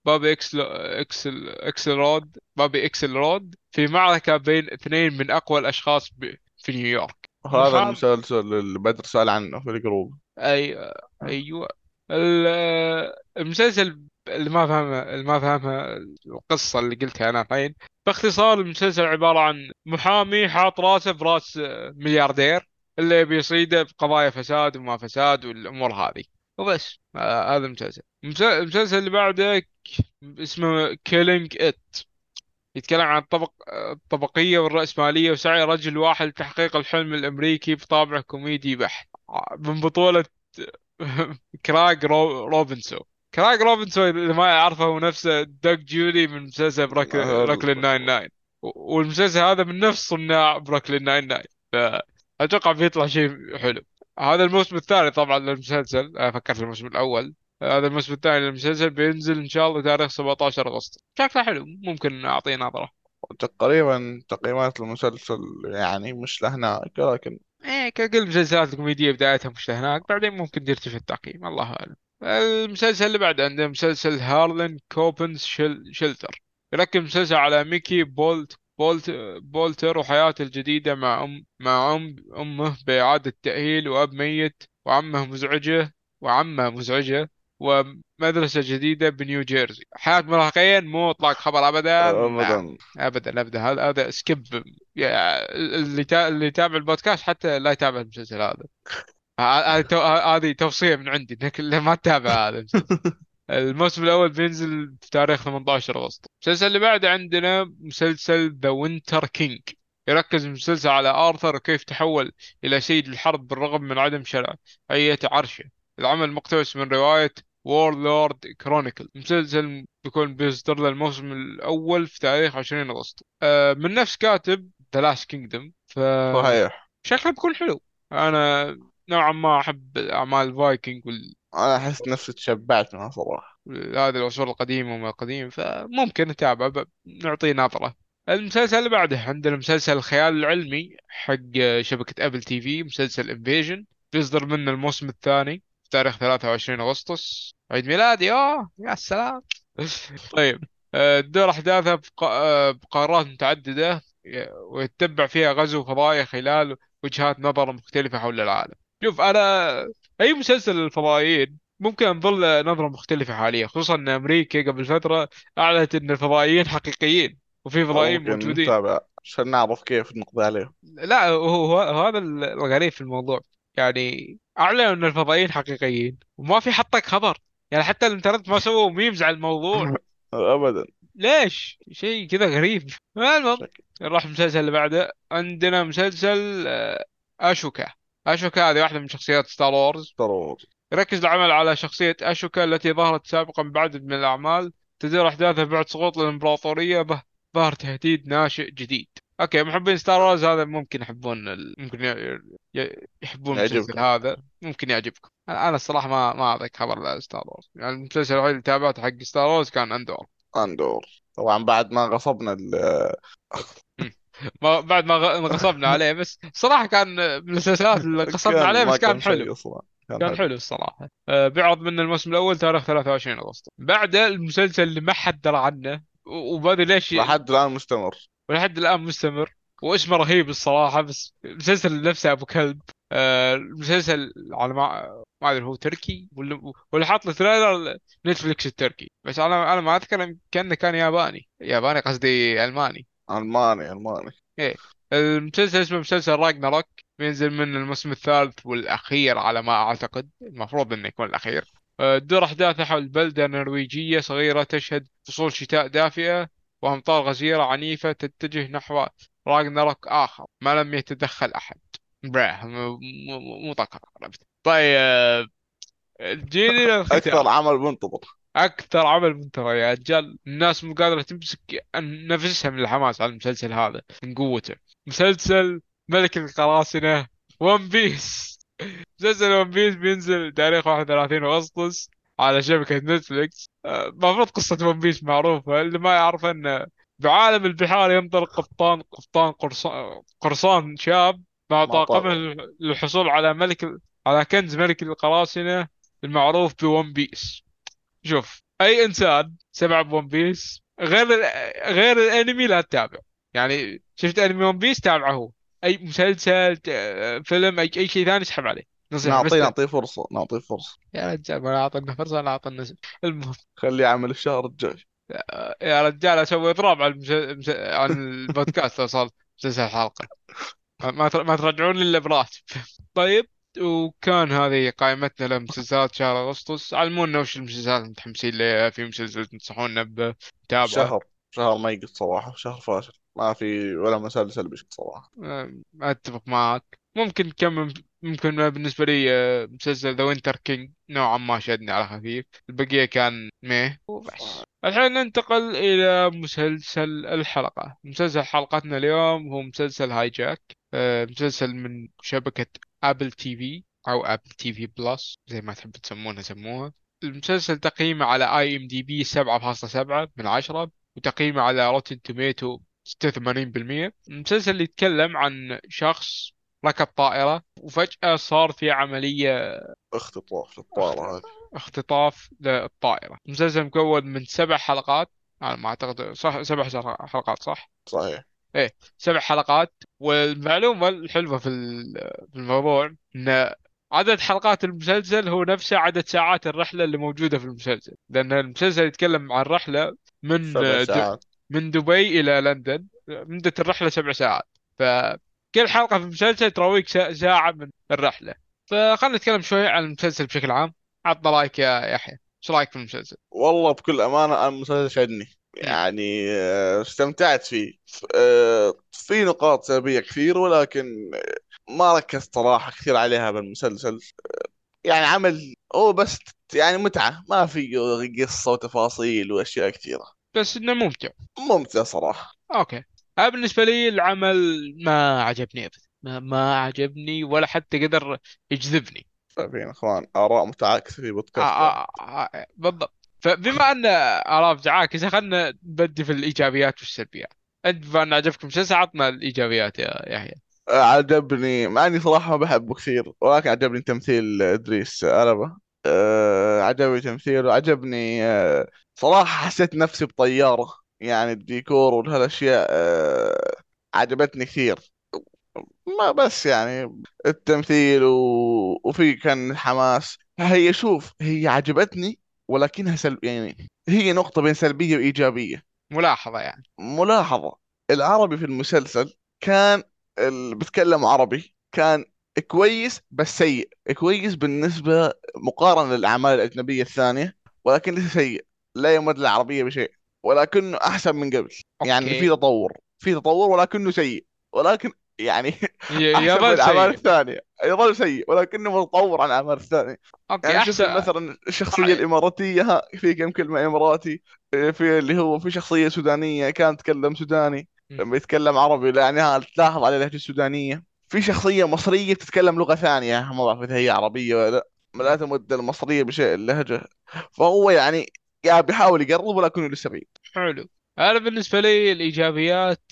بابي إكسل إكسل إكسل رود، بابي إكسل رود في معركة بين اثنين من أقوى الأشخاص ب... في نيويورك. هذا محام. المسلسل اللي بدر سأل عنه في الجروب. أي. أيوة. ال- المسلسل اللي ما فهمه اللي ما فهمه القصة اللي قلتها أنا الحين. باختصار المسلسل عبارة عن محامي حاط راسه براس ملياردير اللي بيصيده بقضايا فساد وما فساد والأمور هذه. وبس آه هذا المسلسل. المس- المسلسل اللي بعده اسمه كيلينج إت. يتكلم عن الطبق الطبقية والرأسمالية وسعي رجل واحد لتحقيق الحلم الأمريكي بطابع كوميدي بحت، من بطولة كراغ رو... روبنسون. كراغ روبنسون اللي ما يعرفه هو نفسه دوغ جولي من مسلسل بروك... بروكلين ناين ناين. و- والمسلسل هذا من نفس صناع بروكلين ناين ناين. فأتوقع بيطلع شيء حلو. هذا الموسم الثاني طبعا للمسلسل، أنا فكرت الموسم الأول. هذا الموسم الثاني للمسلسل بينزل إن شاء الله تاريخ سبعة عشر أغسطس. شكله حلو، ممكن أعطيه نظرة. تقريبا تقييمات المسلسل يعني مش لهناك، لكن ايه ككل المسلسلات الكوميدية بدايتها مش هناك، بعدين ممكن يرتفع التقييم، الله أعلم. المسلسل اللي بعده عندنا مسلسل هارلين كوبنز شل... شلتر. يركز المسلسل على ميكي بولت بولت بولتر وحياته الجديدة مع أم مع أم أمه بإعادة تأهيل، وأب ميت، وعمه مزعجة وعمه مزعجة، ومدرسة جديدة بنيو جيرسي. حياة مراهقين، مو إطلاق خبر أبدا. نعم. ابدا. ابدا ابدا، هذا هذا سكيب. يا- اللي تا... اللي يتابع البودكاست حتى لا يتابع المسلسل هذا. ه- هذه تو... هذه توصية من عندي انك لا ما تتابع هذا المسلسل. الموسم الاول بينزل في تاريخ ثمانية عشر اغسطس. المسلسل اللي بعده عندنا مسلسل ذا وينتر كينج. يركز المسلسل على آرثر وكيف تحول إلى سيد الحرب بالرغم من عدم شرعية عرشه. العمل مقتبس من رواية وورلورد كرونيكل. المسلسل بيكون بيصدر له الموسم الأول في تاريخ عشرين أغسطس، آه، من نفس كاتب ذا لاست كينجدوم. صحيح. فشكله بيكون حلو. أنا نوعا ما أحب أعمال الفايكنج انا احس نفسي تشبعت منها صراحة. هذه العصور القديمة وما القديم، فممكن نتابعه، ب- نعطيه نظرة. المسلسل اللي بعده عندنا مسلسل الخيال العلمي حق شبكة أبل تي في، مسلسل انفيجن. بيصدر منه الموسم الثاني في تاريخ ثلاثة وعشرين أغسطس، عيد ميلادي. آه يا سلام. طيب. آه، تدور أحداثها بق- آه، بقارات متعددة، ي- ويتبع فيها غزو فضائي خلال وجهات نظر مختلفة حول العالم. شوف أنا أي مسلسل للفضائيين ممكن نظل نظرة مختلفة حاليا، خصوصا أن أمريكا قبل فترة أعلنت أن الفضائيين حقيقيين وفي فضائيين ممكن موجودين. نتابع عشان نعرف كيف نقضي عليهم. لا، هو هو- هو هذا الغريب في الموضوع. يعني أعلنوا أن الفضائيين حقيقيين وما في حطك خبر. يعني حتى الانترنت ما سووا ميمز على الموضوع. ابدا. ليش؟ شيء كذا غريب. المهم، شك. نروح المسلسل اللي بعده. عندنا مسلسل آه، أشوكا. أشوكا هذه واحدة من شخصيات ستار وورز. ضروري. يركز العمل على شخصية أشوكا التي ظهرت سابقا بعدد من الأعمال. تدور أحداثها بعد سقوط الإمبراطورية، به ظهر تهديد ناشئ جديد. أوكي، محبين ستار وورز هذا ممكن يحبون ال... ممكن ي... ي... يحبون المسلسل يعجبكم. هذا، ممكن يعجبكم. أنا أنا الصراحة ما ما أعطيك خبر ستار وورز. يعني المسلسل الوحيد اللي تابعته حق ستار وورز كان أندور. اندور. طبعا بعد ما غصبنا ال مم. ما بعد ما غ- غصبنا عليه، بس صراحة كان من المسلسلات اللي غصبنا كان عليه، ما بس كان كان حلو. شيء اصلا. كان كان حلو. حلو الصراحة. آه، بيعرض من الموسم الأول تاريخ ثلاثة وعشرين أغسطس. بعده المسلسل اللي ما حد درى عنه، و- وبادي ليش لحد الان مستمر. ولحد الآن مستمر، واسمه رهيب الصراحة، بس المسلسل نفسه أبو كلب. آه، المسلسل على ما ما أدري هو تركي ولا ولا حاط له تريلر نتفليكس التركي، بس أنا أنا ما أذكر كأنه كان ياباني ياباني قصدي ألماني. الماني الماني. ايه. المسلسل اسمه مسلسل راجناروك. بينزل من الموسم الثالث والأخير على ما أعتقد، المفروض إنه يكون الأخير. آه، تدور أحداثه حول بلدة نرويجية صغيرة تشهد فصول شتاء دافئة وأمطار غزيرة عنيفة تتجه نحو راجناروك آخر ما لم يتدخل أحد. براه مو مو- مو ذكر عرفت. طيب. آه، جيني اكثر للختام. عمل منتظر. اكثر عمل منتظر يا رجال، الناس مو قادره تمسك نفسها من الحماس على المسلسل هذا من قوته. مسلسل ملك القراصنة، ون بيس. مسلسل ون بيس بينزل تاريخ واحد وثلاثين أغسطس على شبكة نتفليكس. آه، المفروض قصة ون بيس معروفة، اللي ما يعرف أن بعالم البحار ينطلق قبطان قبطان قرصان قرصان شاب مع ما طاقمه طار. للحصول على ملك على كنز ملك القراصنة المعروف بون بيس. شوف، اي انسان سمع بون بيس غير ال... غير الانمي لا تتابع. يعني شفت انمي ون بيس تابعه هو. اي مسلسل ت- فيلم، اي اي شيء ثاني اسحب عليه. نصيحة نعطيه بس لا. نعطيه فرصة نعطيه فرصة. يا رجال ما اعطينا فرصة، لا اعطينا نسب. المهم. خليه عمل الشهر الجاي. يا رجال اسوي اضراب على المس... المس... عن البودكاست لو صار مسلسل حلقة. ما تر... ما ترجعون لي الا براتب. طيب. وكان هذه قائمتنا لمسلسلات شهر اغسطس. علمونا وش المسلسلات المتحمسين لها، في مسلسل تنصحونا بتابعه. شهر شهر ميت صراحة، شهر فاشل، ما في ولا مسلسل بشكل صراحة. أه، اتفق معك. ممكن كم ممكن بالنسبه لي أه، مسلسل ذا وينتر كينج نوعا ما شدني على خفيف. البقيه كان ميه وبس. الحين ننتقل الى مسلسل الحلقه. مسلسل حلقتنا اليوم هو مسلسل هاي جاك. أه، مسلسل من شبكه ابل تي في او ابل تي في بلس زي ما تحب تسمونها سموها. المسلسل تقييمه على اي ام دي بي سبعة فاصلة سبعة من عشرة، وتقييمه على روتن توميتو ستة وثمانين بالمية. المسلسل اللي يتكلم عن شخص ركب طائرة وفجأة صار في عملية اختطاف اخت... للطائرة هذه. اختطاف للطائرة. المسلسل مكون من سبع حلقات على ما أعتقد، صح سبع حلقات صح؟ صحيح. ايه، سبع حلقات. والمعلومة الحلوة في ال- في الموضوع ان عدد حلقات المسلسل هو نفسه عدد ساعات الرحلة اللي موجودة في المسلسل، لأن المسلسل يتكلم عن رحلة من د... سبع ساعات. من دبي إلى لندن. مدة الرحلة سبع ساعات. فكل حلقة في المسلسل تراويك سا- ساعة من الرحلة. فخلنا نتكلم شوي عن المسلسل بشكل عام. عطنا رايك يا يحيى، ايش رايك في المسلسل؟ والله بكل أمانة أنا المسلسل شدني، مم. يعني آه، استمتعت فيه. ف- آه، في نقاط سلبية كثير، ولكن ما ركزت صراحة كثير عليها بالمسلسل. يعني عمل هو بس، يعني متعة، ما في قصة وتفاصيل وأشياء كثيرة. بس انه ممتع. ممتع صراحة. اوكي. أنا بالنسبة لي العمل ما عجبني أبدا. ما, ما عجبني ولا حتى قدر يجذبني. فين أخوان آراء متعاكسة في آه بودكاست واحد. آه آه آه، بالضبط. فبما أن آراء عاكسة خلنا نبدي في الإيجابيات والسلبيات. أنت بما أن عجبك المسلسل عطنا الإيجابيات يا يحيى. عجبني، مع اني صراحة ما بحبه كثير، ولكن عجبني تمثيل ادريس ألبا. أه عجبني تمثيله، عجبني أه صراحة حسيت نفسي بطيارة، يعني الديكور وهالاشياء أه عجبتني كثير. ما بس يعني التمثيل و... وفي كان حماس. هي شوف هي عجبتني، ولكنها سلب، يعني هي نقطة بين سلبية وإيجابية. ملاحظة يعني. ملاحظة. العربي في المسلسل كان، اللي بيتكلم عربي كان كويس بس سيء، كويس بالنسبة مقارنة للأعمال الأجنبية الثانية، ولكن ليس سيء، لا يمد العربية بشيء، ولكنه أحسن من قبل. يعني في أوكي. تطور، في تطور ولكنه سيء، ولكن يعني ي- أحسن من يظل الأعمال سيء. الثانية، يظل سيء ولكنه متطور عن الأعمال الثانية. أوكي يعني شوف أحسن. مثلا الشخصية الإماراتية، ها في كم كلمة إماراتي. في اللي هو في شخصية سودانية كانت تتكلم سوداني، لما يتكلم عربي لا يعني ها تلاحظ على اللهجة السودانية. في شخصية مصرية تتكلم لغة ثانية، ما بعرف إذا هي عربية ولا لا، لا تمد المصرية بشيء اللهجة. فهو يعني قاعد بيحاول يقرب ولكنه لسه بعيد. حلو. أنا بالنسبة لي الإيجابيات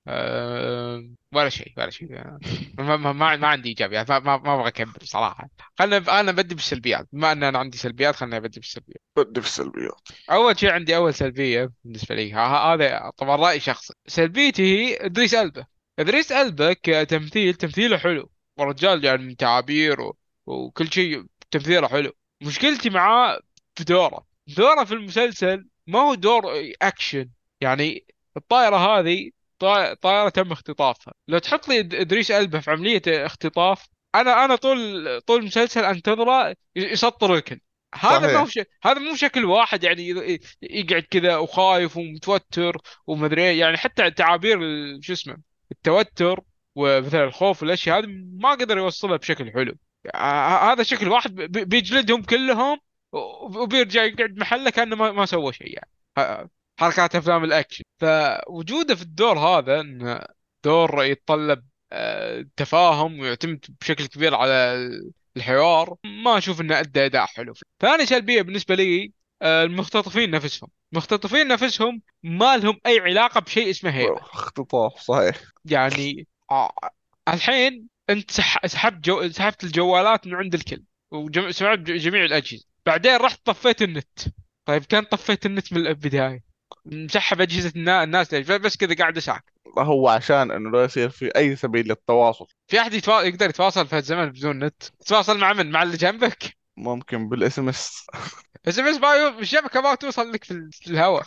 أه... ولا شيء ولا شيء. ما, ما, ما, ما عندي إيجابيات. ما, ما, ما أبغى أكمل صراحة. خلنا أنا بدي بالسلبيات. بما أن أنا عندي سلبيات خلنا بدي بالسلبيات. بدي في السلبيات. أول شيء عندي أول سلبية بالنسبة لي ه- ه- هذا طبعا رأي شخصي. سلبيتي هي إدريس ألبا. إدريس ألبا كتمثيل تمثيله حلو. ورجال يعني من تعابير و... وكل شيء تمثيله حلو. مشكلتي معاه في دوره. دوره في المسلسل ما هو دور أكشن. يعني الطائرة هذه طا- طائرة تم اختطافها. لو تحط لي إد- إدريس ألبا في عملية اختطاف، أنا أنا طول طول المسلسل أنتظره ي- يسطر الكل. هذا ما هو صحيح. ش... هذا مو شكل واحد يعني ي- يقعد كذا وخايف ومتوتر ومدري إيه. يعني حتى تعابير ال- شو اسمه التوتر ومثلا الخوف والاشياء هذه ما قدر يوصلها بشكل حلو. ه- هذا شكل واحد بي- بيجلدهم كلهم وبيرجع يقعد محله كأنه ما, ما سوى شيء يعني. ه- حركات افلام الاكشن. فوجوده في الدور هذا انه دور يتطلب آه، تفاهم ويعتمد بشكل كبير على الحوار، ما اشوف انه ادى اداء حلو. ثاني سلبيه بالنسبه لي آه، المختطفين نفسهم. المختطفين نفسهم ما لهم اي علاقه بشيء اسمه هيبه. اختطاف صحيح. يعني آه، الحين انت سح- سحبت جو... سحبت الجوالات من عند الكل وسحبت جميع الاجهزه، بعدين رحت طفيت النت. طيب كان طفيت النت من البداية، مسحب أجهزة النا- الناس ليش؟ بس كذا قاعد أساك. هو عشان انه لا يصير في اي سبيل للتواصل. في أحد يتوا... يقدر يتواصل في هالزمن بدون نت؟ تتواصل مع من؟ مع اللي جنبك؟ ممكن بالاس ام اس. بس بس ما يو- الشبكة ما توصل لك في ال- في الهواء.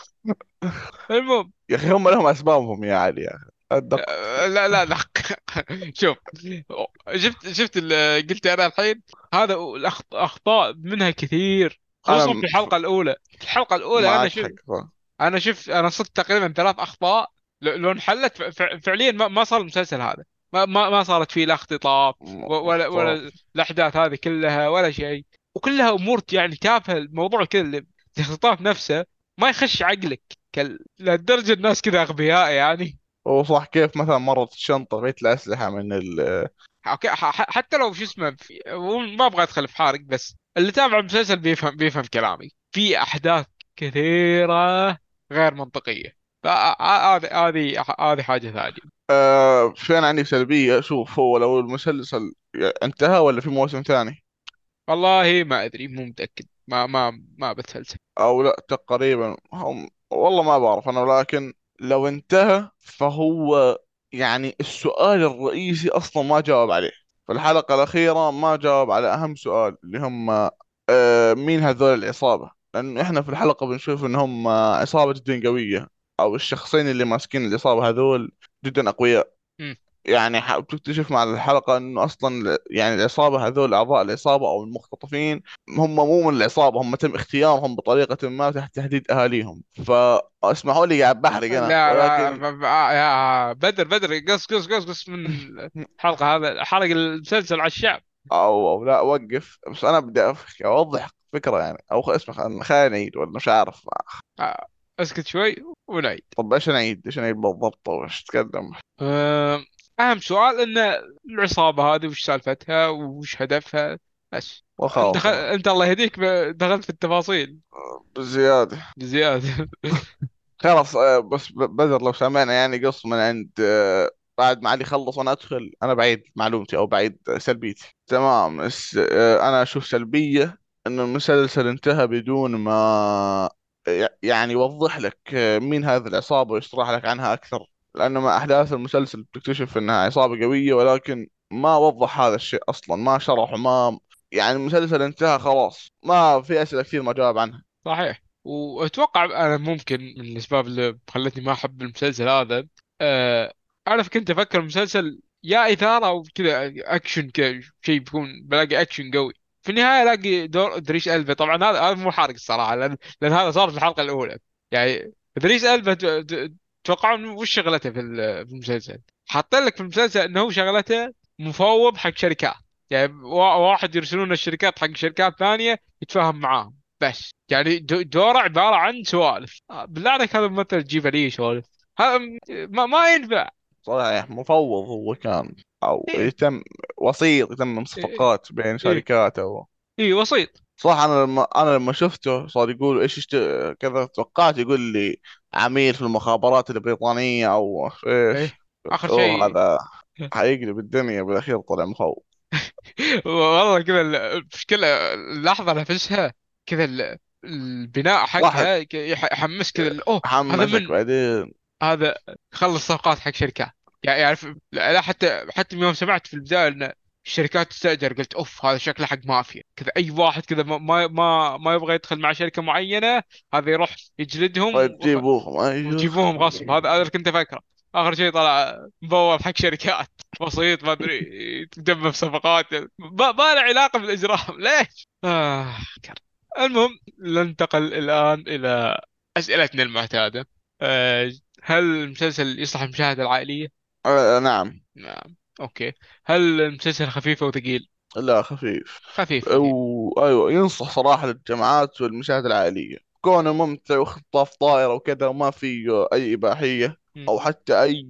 المهم. يا اخي هم لهم اسبابهم يا علي يا اخي اتدقق. لا لا لا. شوف، شفت شفت اللي قلت انا الحين، هذا الاخطاء منها كثير، انا خصوصا في م- الحلقه الاولى. في الحلقه الاولى انا معك حق شفت صح. انا شفت انا صرت تقريبا ثلاث اخطاء. ل- لو انحلت ف- ف- فعليا ما ما صار المسلسل هذا. ما ما ما صارت فيه لا اختطاف م- و- ولا مختار. ولا الاحداث هذه كلها ولا شيء. وكلها امور يعني تافهه، الموضوع كذا اللي- الاختطاف نفسه ما يخش عقلك. كل... لهالدرجه الناس كذا اغبياء يعني. هو صح، كيف مثلا مرت الشنطة بيت الأسلحة من ال اوكي، ح- ح- حتى لو شو اسمه في... ما ابغى ادخل في حارق، بس اللي تابع المسلسل بيفهم بيفهم كلامي في احداث كثيره غير منطقيه. فهذه هذه هذه حاجه ثانيه. آه فين عندي سلبية. شوف، هو لو المسلسل انتهى ولا في موسم ثاني؟ والله ما ادري، مو متاكد، ما ما ما بتسلسل. أو لا تقريبا هم، والله ما بعرف أنا، لكن لو انتهى فهو يعني السؤال الرئيسي أصلا ما جاوب عليه. في الحلقة الأخيرة ما جاوب على أهم سؤال اللي هم آه مين هذول العصابة، لأنه إحنا في الحلقة بنشوف إن هم عصابة جدا قوية، أو الشخصين اللي ماسكين العصابة هذول جدا أقوياء. مم. يعني ح- بتكتشف مع الحلقة انه اصلا يعني العصابة هذول اعضاء العصابة او المختطفين هم مو من العصابة، هم تم اختيارهم بطريقة ما تحت تهديد اهاليهم. فاسمحوا لي قاعد بحرق انا لا لا ولكن. ب- ب- آه، يا بدر بدر، قص قص قص قص من الحلقه، هذا حرق المسلسل على الشعب. او او لا اوقف، بس انا بدي أف- اوضح فكرة يعني، او خ- اسمع خلينا خلينا نعيد ولا مش عارف. آه، اسكت شوي ونعيد. طب ايش نعيد ايش نعيد بالضبط وش تقدم؟ آه، أهم سؤال إن العصابة هذه وش سالفتها وش هدفها. بس أنت وخلاص دخل... انا أنت الله يهديك ب- دخلت في التفاصيل بزيادة. بزيادة. خلاص آه، بس ب- بدر لو سامعنا يعني قص من عند آه، بعد ما علي خلص وانا ادخل انا بعيد معلومتي او بعيد سلبيتي. تمام. بس آه، انا اشوف سلبية انه المسلسل انتهى بدون ما ي- يعني يوضح لك آه، مين هذه العصابة ويشرح لك عنها اكثر. لانه مع احداث المسلسل بتكتشف انها عصابة قوية، ولكن ما وضح هذا الشيء اصلا، ما شرح ما يعني المسلسل انتهى خلاص، ما في اسئلة كثير ما جاوب عنها. صحيح. وأتوقع أنا ممكن من الأسباب اللي خلتني ما أحب المسلسل هذا، أه... أعرف كنت أفكر المسلسل يا إثارة أو كذا أكشن، كذا شيء بيكون بلاقي أكشن قوي. في النهاية ألاقي دور إدريس ألبا. طبعا هذا هذا مو حارق الصراحة، لأن لأن هذا صار في الحلقة الأولى. يعني إدريس ألبا ت- ت- تتوقعون وش شغلته في ال- في المسلسل؟ حاطين لك في المسلسل انه هو شغلته مفوض حق شركات. يعني وا- واحد يرسلون الشركات حق شركات ثانية يتفاهم معاهم. بس يعني دو- دوره عبارة عن سوالف. آه، بالله عليك هذا الممثل تجيب لي سوالف؟ هذا م- ما, ما ينفع. صحيح مفوض هو كان، او ايه. يتم وسيط، يتم ايه. صفقات بين ايه, شركات او. إيه وسيط. صح. انا لما انا لما شفته صار يقول ايش يشت... كذا توقعت يقول لي عميل في المخابرات البريطانية او ايش. ايه. اخر اوه شيء. هذا حيقلب الدنيا بالاخير طلع مفوض. والله كذا ال- المشكلة اللحظة نفسها كذا ال- البناء واحد حقها ك- يح- يحمس كذا ال- اوه هذا حمسك من بعدين. هذا خلص صفقات حق شركات. يعني يعرف. لا لا، حتى حتى من يوم سمعت في البداية ان الشركات تستأجر قلت اوف هذا شكله حق مافيا كذا. اي واحد كذا ما ما ما ما يبغى يدخل مع شركة معينة، هذا يروح يجلدهم طيب وخ- جيبوهم ايوه. ويجيبوهم غصب. هذا هذا اللي كنت فاكره. اخر شيء طلع مبوظ حق شركات بسيط ما ادري، تدبر في صفقات ما, ما له علاقة بالاجرام. ليش؟ آه. المهم ننتقل الآن إلى أسئلتنا المعتادة. آه، هل المسلسل يصلح المشاهدة العائلية؟ آه نعم. نعم. أوكي. هل المسلسل خفيف أو ثقيل؟ لا خفيف. خفيف خفيف. و... ايوه ينصح صراحة للجامعات والمشاهد العائلية، كونه ممتع واختطاف طائرة وكذا وما في اي اباحية مم. او حتى اي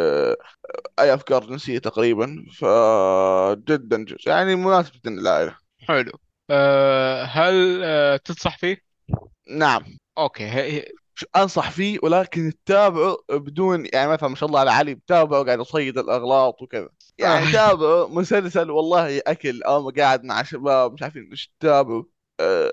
اي افكار جنسية تقريبا، فجدا جزء يعني مناسب جدا للعائلة. حلو. أه هل أه تنصح فيه؟ نعم. أوكي. هي... هي... ش- انصح فيه ولكن تتابعه بدون يعني مثلا ما شاء الله على علي بتابعه قاعد يصيد الاغلاط وكذا. آه. يعني تابعه مسلسل والله اكل او قاعد مع شباب مش عارفين ايش تتابعه. أه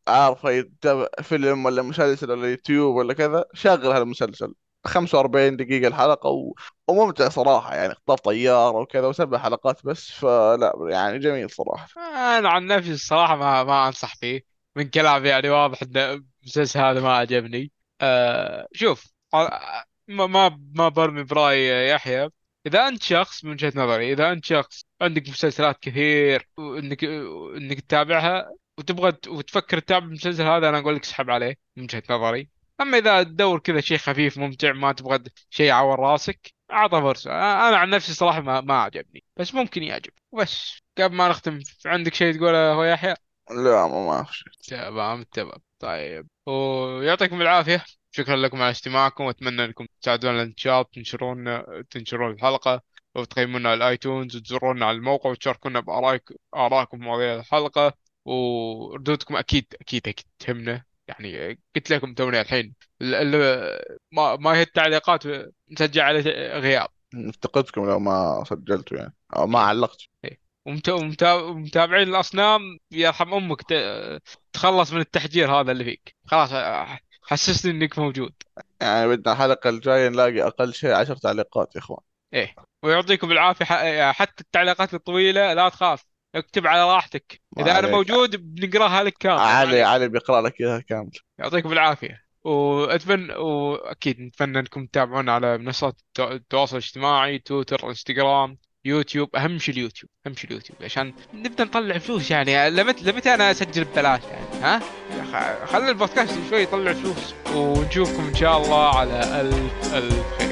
عارفه يتابع فيلم ولا مسلسل ولا يوتيوب ولا كذا، شغل هذا المسلسل. خمسة وأربعين دقيقة الحلقة و... وممتع صراحة يعني، خطاف طيارة وكذا وسبع حلقات بس، فلا يعني جميل صراحة. انا عن نفسي الصراحه ما ما انصح فيه. من كلام يعني واضح ان المسلسل هذا ما عجبني. أه شوف، آه، ما ما ما برمي براي يحيى. اذا انت شخص، من وجهة نظري، اذا انت شخص عندك مسلسلات كثير وانك انك تتابعها وتبغى ت- وتفكر تتابع المسلسل هذا، انا اقول لك اسحب عليه من وجهة نظري. اما اذا تدور كذا شيء خفيف ممتع، ما تبغى شيء يعور راسك، اعطى فرصة. انا عن نفسي صراحة ما ما عجبني، بس ممكن يعجب. وبس قبل ما نختم، عندك شيء تقوله هو يحيى؟ لا ما ما في شيء. تمام تمام. طيب، ويعطيكم العافية. شكرا لكم على استماعكم، واتمنى انكم تساعدونا الانتشار، تنشرون تنشرون الحلقة، وتقيمونا على الايتونز، وتزورونا على الموقع، وتشاركونا بآرائكم آرائكم في مواضيع الحلقة. وردودكم اكيد اكيد اكيد تهمنا. يعني قلت لكم توني الحين، ال- ال- ما ما هي التعليقات مسجل عليه غياب. نفتقدكم لو ما سجلتوا يعني او ما إيه. علقتوا. إيه. ومت- ومتا- ومتابعين الأصنام، يرحم أمك، ت- تخلص من التحجير هذا اللي فيك خلاص. آه، حسسني إنك موجود. يعني بدنا الحلقة الجاية نلاقي اقل شيء عشر تعليقات يا اخوان. إيه. ويعطيكم العافية. ح- حتى التعليقات الطويلة لا تخاف، اكتب على راحتك. ما إذا أنا عليك. موجود بنقراها لك كاملة، ما علي عليك. علي بيقرأ لك اياها كامل. يعطيكم العافية. وأتمنى، وأكيد نتمنى أنكم تتابعونا على منصات التو- التواصل الاجتماعي: تويتر، انستغرام، يوتيوب. أهم شيء اليوتيوب، أهم شيء اليوتيوب، عشان نبدأ نطلع فلوس. يعني لمتى لمتى أنا أسجل ببلاش يعني؟ ها، خ- خلي البودكاست شوي يطلع فلوس. ونشوفكم إن شاء الله على ألف ألف خير.